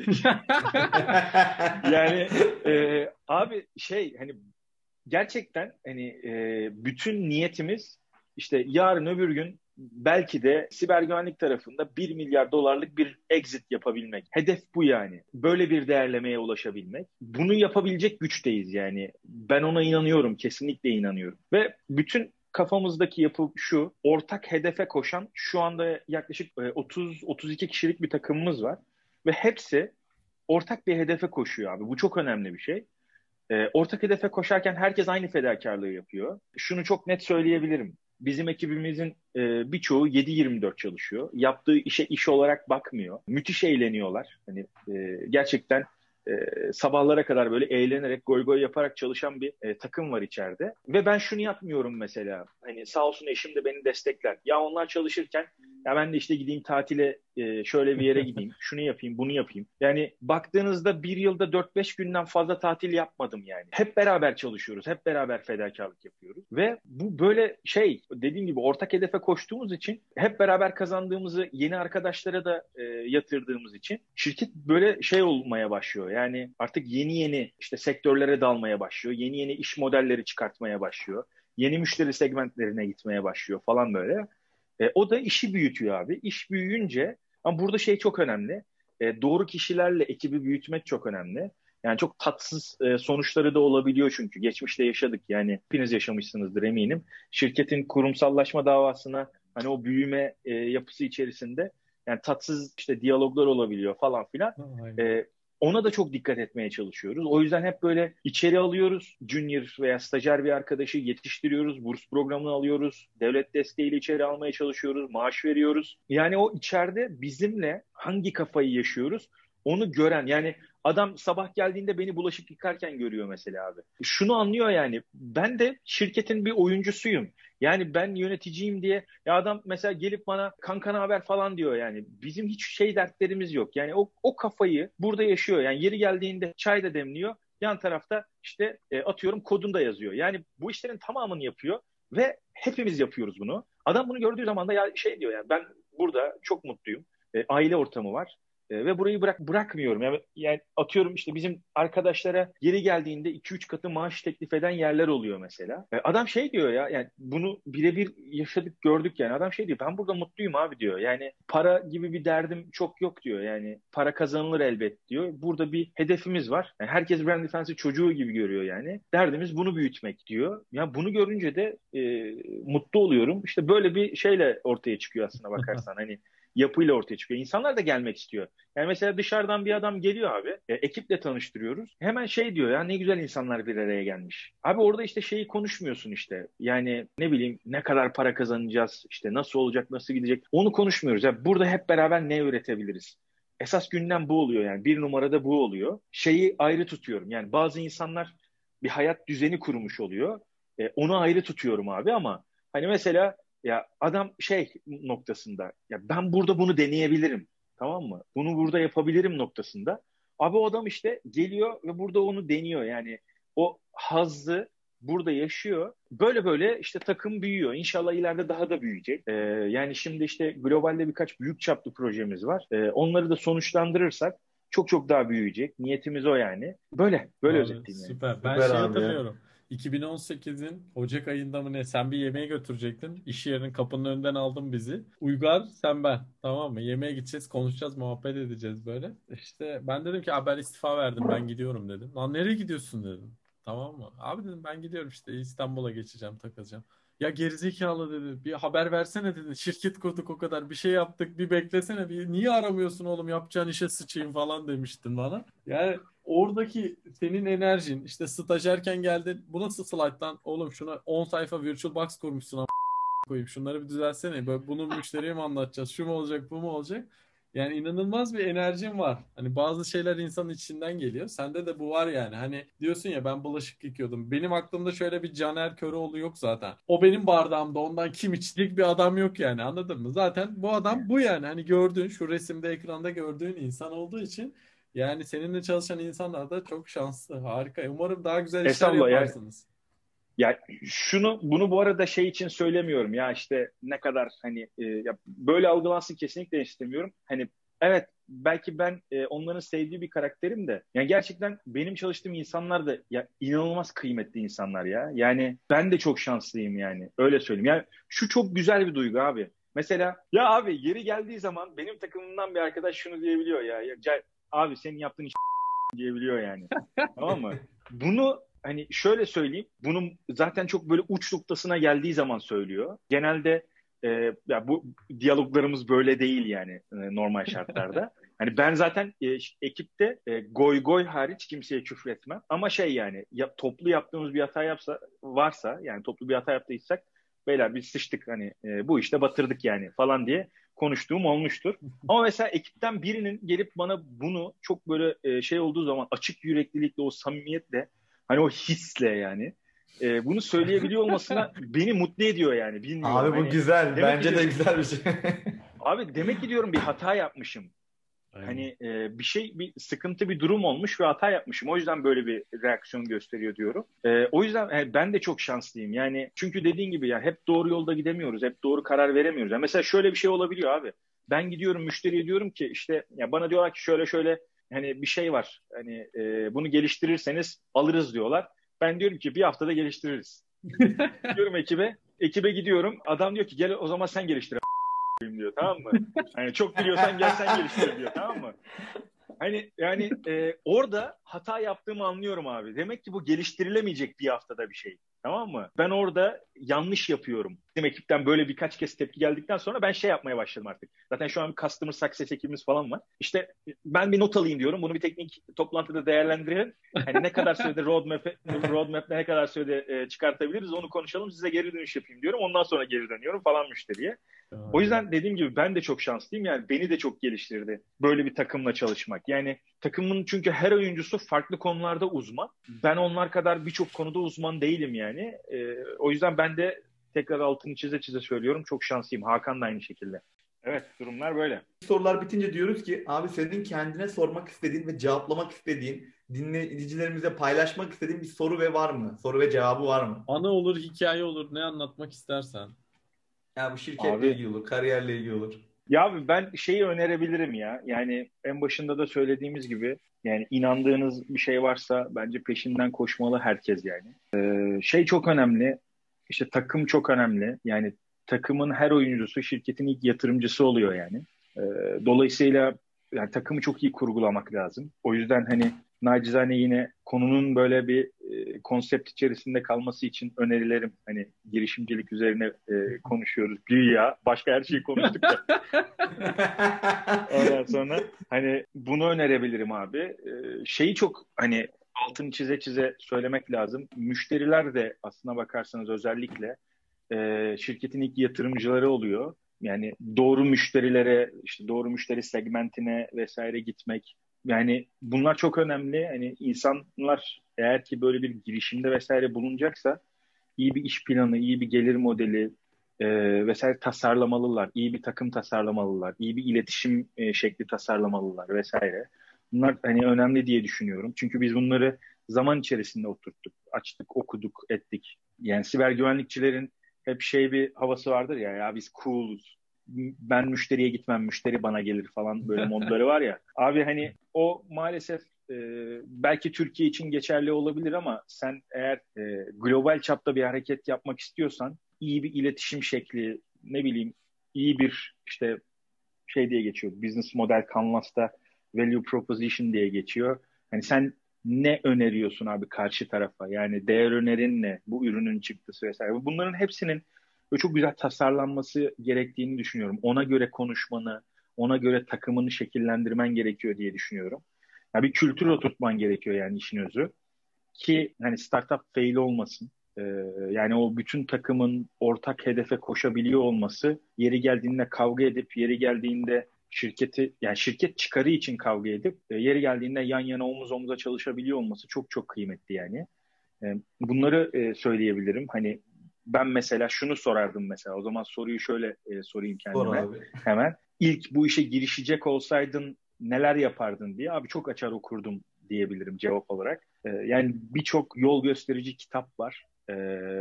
Yani e, abi şey hani gerçekten hani e, bütün niyetimiz işte yarın öbür gün belki de siber güvenlik tarafında bir milyar dolarlık bir exit yapabilmek. Hedef bu yani. Böyle bir değerlemeye ulaşabilmek. Bunu yapabilecek güçteyiz yani. Ben ona inanıyorum. Kesinlikle inanıyorum. Ve bütün kafamızdaki yapı şu. Ortak hedefe koşan şu anda yaklaşık otuz otuz iki kişilik bir takımımız var. Ve hepsi ortak bir hedefe koşuyor abi. Bu çok önemli bir şey. E, ortak hedefe koşarken herkes aynı fedakarlığı yapıyor. Şunu çok net söyleyebilirim. Bizim ekibimizin e, birçoğu yedi yirmi dört çalışıyor. Yaptığı işe iş olarak bakmıyor. Müthiş eğleniyorlar. Hani e, gerçekten e, sabahlara kadar böyle eğlenerek, goy goy yaparak çalışan bir e, takım var içeride. Ve ben şunu yapmıyorum mesela. Hani sağ olsun eşim de beni destekler. Ya onlar çalışırken ya ben de işte gideyim tatile, e, şöyle bir yere gideyim, şunu yapayım, bunu yapayım. Yani baktığınızda bir yılda dört beş günden fazla tatil yapmadım yani. Hep beraber çalışıyoruz, hep beraber fedakarlık yapıyoruz. Ve bu böyle şey, dediğim gibi ortak hedefe koştuğumuz için, hep beraber kazandığımızı yeni arkadaşlara da e, yatırdığımız için şirket böyle şey olmaya başlıyor. Yani artık yeni yeni işte sektörlere dalmaya başlıyor, yeni yeni iş modelleri çıkartmaya başlıyor, yeni müşteri segmentlerine gitmeye başlıyor falan böyle. E, o da işi büyütüyor abi. İş büyüyünce, ama burada şey çok önemli. E, doğru kişilerle ekibi büyütmek çok önemli. Yani çok tatsız e, sonuçları da olabiliyor çünkü. Geçmişte yaşadık yani. Hepiniz yaşamışsınızdır eminim. Şirketin kurumsallaşma davasına, hani o büyüme e, yapısı içerisinde yani tatsız işte diyaloglar olabiliyor falan filan. E, ona da çok dikkat etmeye çalışıyoruz. O yüzden hep böyle içeri alıyoruz. Junior veya stajyer bir arkadaşı yetiştiriyoruz. Burs programını alıyoruz. Devlet desteğiyle içeri almaya çalışıyoruz. Maaş veriyoruz. Yani o içeride bizimle hangi kafayı yaşıyoruz onu gören, yani adam sabah geldiğinde beni bulaşık yıkarken görüyor mesela abi. Şunu anlıyor yani, ben de şirketin bir oyuncusuyum. Yani ben yöneticiyim diye ya adam mesela gelip bana kanka ne haber falan diyor yani. Bizim hiç şey dertlerimiz yok. Yani o, o kafayı burada yaşıyor. Yani yeri geldiğinde çay da demliyor. Yan tarafta işte e, atıyorum kodunu da yazıyor. Yani bu işlerin tamamını yapıyor ve hepimiz yapıyoruz bunu. Adam bunu gördüğü zaman da ya şey diyor, yani ben burada çok mutluyum. E, aile ortamı var. E, ve burayı bırak bırakmıyorum. Yani, yani atıyorum işte bizim arkadaşlara geri geldiğinde iki üç katı maaş teklif eden yerler oluyor mesela. E, adam şey diyor ya, yani bunu birebir yaşadık, gördük yani. Adam şey diyor, ben burada mutluyum abi diyor. Yani para gibi bir derdim çok yok diyor. Yani para kazanılır elbet diyor. Burada bir hedefimiz var. Yani herkes Brand Defense'i çocuğu gibi görüyor yani. Derdimiz bunu büyütmek diyor. Ya bunu görünce de e, mutlu oluyorum. İşte böyle bir şeyle ortaya çıkıyor aslında bakarsan. Hani yapıyla ortaya çıkıyor. İnsanlar da gelmek istiyor. Yani mesela dışarıdan bir adam geliyor abi. E, ekiple tanıştırıyoruz. Hemen şey diyor ya, ne güzel insanlar bir araya gelmiş. Abi orada işte şeyi konuşmuyorsun işte. Yani ne bileyim ne kadar para kazanacağız, işte nasıl olacak, nasıl gidecek. Onu konuşmuyoruz. Yani burada hep beraber ne üretebiliriz? Esas gündem bu oluyor yani. Bir numarada bu oluyor. Şeyi ayrı tutuyorum. Yani bazı insanlar bir hayat düzeni kurmuş oluyor. E, onu ayrı tutuyorum abi, ama hani mesela ya adam şey noktasında, ya ben burada bunu deneyebilirim, tamam mı? Bunu burada yapabilirim noktasında. Abi o adam işte geliyor ve burada onu deniyor. Yani o hazzı burada yaşıyor. Böyle böyle işte takım büyüyor. İnşallah ileride daha da büyüyecek. Ee, yani şimdi işte globalde birkaç büyük çaplı projemiz var. Ee, onları da sonuçlandırırsak çok çok daha büyüyecek. Niyetimiz o yani. Böyle böyle Abi, özetleyeyim yani. süper. Ben Süper şey abi ya. hatırlıyorum. iki bin on sekizin Ocak ayında mı ne? Sen bir yemeğe götürecektin. İş yerinin kapının önünden aldın bizi. Uygar, sen ben. Tamam mı? Yemeğe gideceğiz, konuşacağız, muhabbet edeceğiz böyle. İşte ben dedim ki abi ben istifa verdim, ben gidiyorum dedim. Lan nereye gidiyorsun dedim. Tamam mı? Abi dedim ben gidiyorum işte İstanbul'a geçeceğim, takılacağım. Ya gerizekalı dedi. Bir haber versene dedi. Şirket kurduk o kadar. Bir şey yaptık. Bir beklesene. Bir, niye aramıyorsun oğlum? Yapacağın işe sıçayım falan demiştin bana. Yani oradaki senin enerjin, işte stajyerken geldin. Bu nasıl slayttan? Oğlum şuna on sayfa virtual box kurmuşsun ama koyayım. Şunları bir düzelsene. Böyle bunu müşteriye mi anlatacağız? Şu mu olacak, bu mu olacak? Yani inanılmaz bir enerjin var. Hani bazı şeyler insanın içinden geliyor. Sende de bu var yani. Hani diyorsun ya ben bulaşık yıkıyordum. Benim aklımda şöyle bir Caner Köroğlu yok zaten. O benim bardağımda. Ondan kim içecek bir adam yok yani. Anladın mı? Zaten bu adam bu yani. Hani gördüğün şu resimde ekranda gördüğün insan olduğu için yani seninle çalışan insanlar da çok şanslı. Harika. Umarım daha güzel işler Estağfurullah yani. yaparsınız. Ya şunu bunu bu arada şey için söylemiyorum ya, işte ne kadar hani e, ya böyle algılansın kesinlikle istemiyorum. Hani evet, belki ben e, onların sevdiği bir karakterim de, yani gerçekten benim çalıştığım insanlar da ya inanılmaz kıymetli insanlar ya. Yani ben de çok şanslıyım yani, öyle söyleyeyim. Yani şu çok güzel bir duygu abi. Mesela ya abi yeri geldiği zaman benim takımımdan bir arkadaş şunu diyebiliyor ya, ya abi senin yaptığın iş diyebiliyor yani. Tamam mı? Bunu hani şöyle söyleyeyim, bunun zaten çok böyle uç noktasına geldiği zaman söylüyor. Genelde e, ya bu diyaloglarımız böyle değil yani e, normal şartlarda. Hani ben zaten e, ekipte e, goy goy hariç kimseye küfür etmem. Ama şey yani ya, toplu yaptığımız bir hata yapsa varsa, yani toplu bir hata yaptıysak beyler biz sıçtık hani e, bu işte batırdık yani falan diye konuştuğum olmuştur. Ama mesela ekipten birinin gelip bana bunu çok böyle e, şey olduğu zaman açık yüreklilikle, o samimiyetle, hani o hisle yani e, bunu söyleyebiliyor olmasına beni mutlu ediyor yani. Bilmiyorum. Abi bu hani, güzel. Bence de güzel bir şey. Abi demek ki diyorum bir hata yapmışım. Aynen. Hani e, bir şey, bir sıkıntı, bir durum olmuş ve hata yapmışım. O yüzden böyle bir reaksiyon gösteriyor diyorum. E, o yüzden e, ben de çok şanslıyım. Yani çünkü dediğin gibi ya hep doğru yolda gidemiyoruz. Hep doğru karar veremiyoruz. Yani mesela şöyle bir şey olabiliyor abi. Ben gidiyorum müşteriye diyorum ki işte ya bana diyorlar ki şöyle şöyle hani bir şey var. Hani e, bunu geliştirirseniz alırız diyorlar. Ben diyorum ki bir haftada geliştiririz. Diyorum ekibe. Ekibe gidiyorum. Adam diyor ki gel o zaman sen geliştir diyor, tamam mı? Hani çok biliyorsan gel sen geliştir diyor, tamam mı? Hani yani e, orada hata yaptığımı anlıyorum abi. Demek ki bu geliştirilemeyecek bir haftada bir şey. Tamam mı? Ben orada yanlış yapıyorum. Bizim ekipten böyle birkaç kez tepki geldikten sonra ben şey yapmaya başladım artık. Zaten şu an bir Customer Success ekibimiz falan var. İşte ben bir not alayım diyorum. Bunu bir teknik toplantıda değerlendirelim. Hani ne kadar sürede roadmap'e, roadmap'le ne kadar sürede e, çıkartabiliriz onu konuşalım. Size geri dönüş yapayım diyorum. Ondan sonra geri dönüyorum falan müşteriye. O yüzden dediğim gibi ben de çok şanslıyım. Yani beni de çok geliştirdi böyle bir takımla çalışmak. Yani takımın çünkü her oyuncusu farklı konularda uzman. Ben onlar kadar birçok konuda uzman değilim yani. Ee, o yüzden ben de tekrar altını çize çize söylüyorum. Çok şanslıyım. Hakan da aynı şekilde. Evet, durumlar böyle. Sorular bitince diyoruz ki abi senin kendine sormak istediğin ve cevaplamak istediğin, dinleyicilerimize paylaşmak istediğin bir soru ve var mı? Soru ve cevabı var mı? Anı olur, hikaye olur. Ne anlatmak istersen. Ya bu şirketle Abi, ilgili olur, kariyerle ilgili olur. Ya abi ben şeyi önerebilirim ya. Yani en başında da söylediğimiz gibi yani inandığınız bir şey varsa bence peşinden koşmalı herkes yani. Ee, şey çok önemli. İşte takım çok önemli. Yani takımın her oyuncusu şirketin ilk yatırımcısı oluyor yani. Ee, dolayısıyla yani takımı çok iyi kurgulamak lazım. O yüzden hani nacizane yine konunun böyle bir e, konsept içerisinde kalması için önerilerim. Hani girişimcilik üzerine e, konuşuyoruz. Güya başka her şeyi konuştuk da. Ondan sonra hani bunu önerebilirim abi. Ee, şeyi çok hani altını çize çize söylemek lazım. Müşteriler de aslına bakarsanız özellikle e, şirketin ilk yatırımcıları oluyor. Yani doğru müşterilere, işte doğru müşteri segmentine vesaire gitmek. Yani bunlar çok önemli. Hani insanlar eğer ki böyle bir girişimde vesaire bulunacaksa iyi bir iş planı, iyi bir gelir modeli e, vesaire tasarlamalılar. İyi bir takım tasarlamalılar. İyi bir iletişim e, şekli tasarlamalılar vesaire. Bunlar hani önemli diye düşünüyorum. Çünkü biz bunları zaman içerisinde oturttuk, açtık, okuduk, ettik. Yani siber güvenlikçilerin hep şey bir havası vardır ya, ya biz cool'uz. Ben müşteriye gitmem, müşteri bana gelir falan böyle modları var ya. Abi hani o maalesef e, belki Türkiye için geçerli olabilir ama sen eğer e, global çapta bir hareket yapmak istiyorsan iyi bir iletişim şekli, ne bileyim iyi bir işte şey diye geçiyor. Business model Canvas'ta value proposition diye geçiyor. Hani sen ne öneriyorsun abi karşı tarafa? Yani değer önerin ne? Bu ürünün çıktısı vesaire. Bunların hepsinin böyle çok güzel tasarlanması gerektiğini düşünüyorum. Ona göre konuşmanı, ona göre takımını şekillendirmen gerekiyor diye düşünüyorum. Yani bir kültür oturtman gerekiyor yani işin özü. Ki hani startup fail olmasın. Ee, yani o bütün takımın ortak hedefe koşabiliyor olması, yeri geldiğinde kavga edip, yeri geldiğinde şirketi, yani şirket çıkarı için kavga edip, e, yeri geldiğinde yan yana omuz omuza çalışabiliyor olması çok çok kıymetli yani. E, bunları e, söyleyebilirim. Hani ben mesela şunu sorardım mesela. O zaman soruyu şöyle e, sorayım Sor kendime abi. hemen. İlk bu işe girişecek olsaydın neler yapardın diye. Abi çok açar okurdum diyebilirim cevap olarak. E, yani birçok yol gösterici kitap var. E,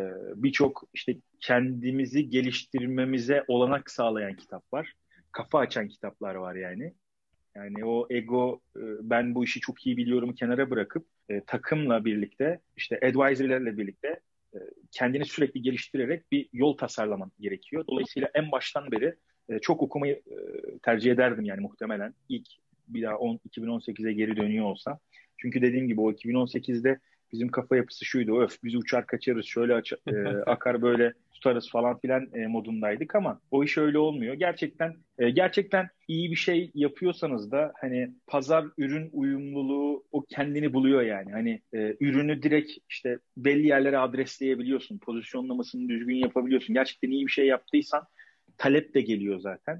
birçok işte kendimizi geliştirmemize olanak sağlayan kitap var. Kafa açan kitaplar var yani. Yani o ego, e, ben bu işi çok iyi biliyorumu kenara bırakıp e, takımla birlikte, işte advisor'lerle birlikte e, kendini sürekli geliştirerek bir yol tasarlaman gerekiyor. Dolayısıyla en baştan beri e, çok okumayı e, tercih ederdim yani muhtemelen. İlk bir daha on, iki bin on sekize geri dönüyor olsam. Çünkü dediğim gibi o iki bin on sekizde bizim kafa yapısı şuydu. Öf biz uçar kaçarız, şöyle aç, e, akar böyle tutarız falan filan e, modundaydık ama o iş öyle olmuyor. Gerçekten e, gerçekten iyi bir şey yapıyorsanız da hani pazar ürün uyumluluğu o kendini buluyor yani. Hani e, ürünü direkt işte belli yerlere adresleyebiliyorsun. Pozisyonlamasını düzgün yapabiliyorsun. Gerçekten iyi bir şey yaptıysan talep de geliyor zaten.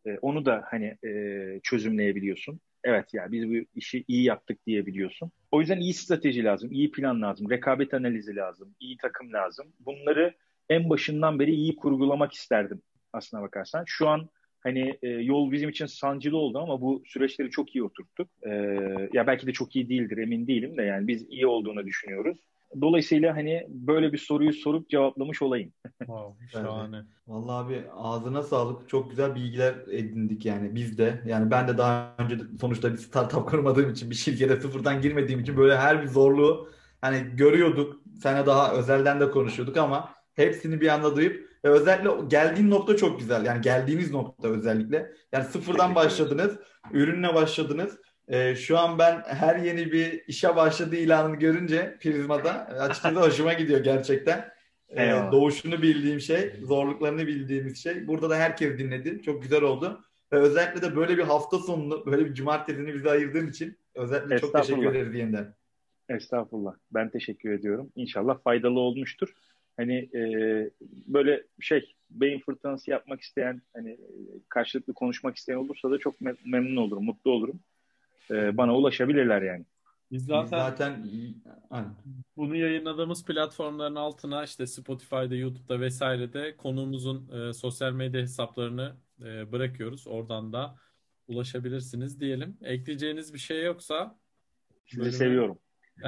E, onu da hani e, çözümleyebiliyorsun. Evet ya biz bu işi iyi yaptık diyebiliyorsun. O yüzden iyi strateji lazım, iyi plan lazım, rekabet analizi lazım, iyi takım lazım. Bunları en başından beri iyi kurgulamak isterdim aslına bakarsan. Şu an hani e, yol bizim için sancılı oldu ama bu süreçleri çok iyi oturttuk. E, ya belki de çok iyi değildir emin değilim de yani biz iyi olduğunu düşünüyoruz. Dolayısıyla hani böyle bir soruyu sorup cevaplamış olayım. Wow, şahane. Vallahi abi ağzına sağlık. Çok güzel bilgiler edindik yani biz de. Yani ben de daha önce de sonuçta bir startup kurmadığım için bir şirkete sıfırdan girmediğim için böyle her bir zorluğu hani görüyorduk. Sana daha özelden de konuşuyorduk ama hepsini bir anda duyup ve özellikle o geldiğin nokta çok güzel. Yani geldiğiniz nokta özellikle. Yani sıfırdan başladınız. Ürünle başladınız. Ee, şu an ben her yeni bir işe başladığı ilanını görünce Prizma'da açıkçası hoşuma gidiyor gerçekten. Ee, Eyvallah. doğuşunu bildiğim şey, zorluklarını bildiğimiz şey. Burada da herkes dinledi. Çok güzel oldu. Ve özellikle de böyle bir hafta sonunu, böyle bir cumartesini bize ayırdığın için özellikle çok teşekkür Estağfurullah. ederiz yeniden. Estağfurullah. Ben teşekkür ediyorum. İnşallah faydalı olmuştur. Hani e, böyle şey beyin fırtınası yapmak isteyen hani e, karşılıklı konuşmak isteyen olursa da çok mem- memnun olurum, mutlu olurum. E, bana ulaşabilirler yani. Biz Biz zaten zaten Aynen. bunu yayınladığımız platformların altına işte Spotify'da, YouTube'da vesairede konuğumuzun e, sosyal medya hesaplarını e, bırakıyoruz. Oradan da ulaşabilirsiniz diyelim. Ekleyeceğiniz bir şey yoksa Sizi bölümü seviyorum.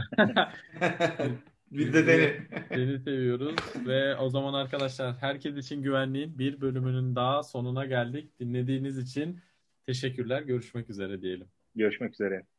Biz de seni. seni seviyoruz ve o zaman arkadaşlar herkes için güvenliğin bir bölümünün daha sonuna geldik. Dinlediğiniz için teşekkürler. Görüşmek üzere diyelim. Görüşmek üzere.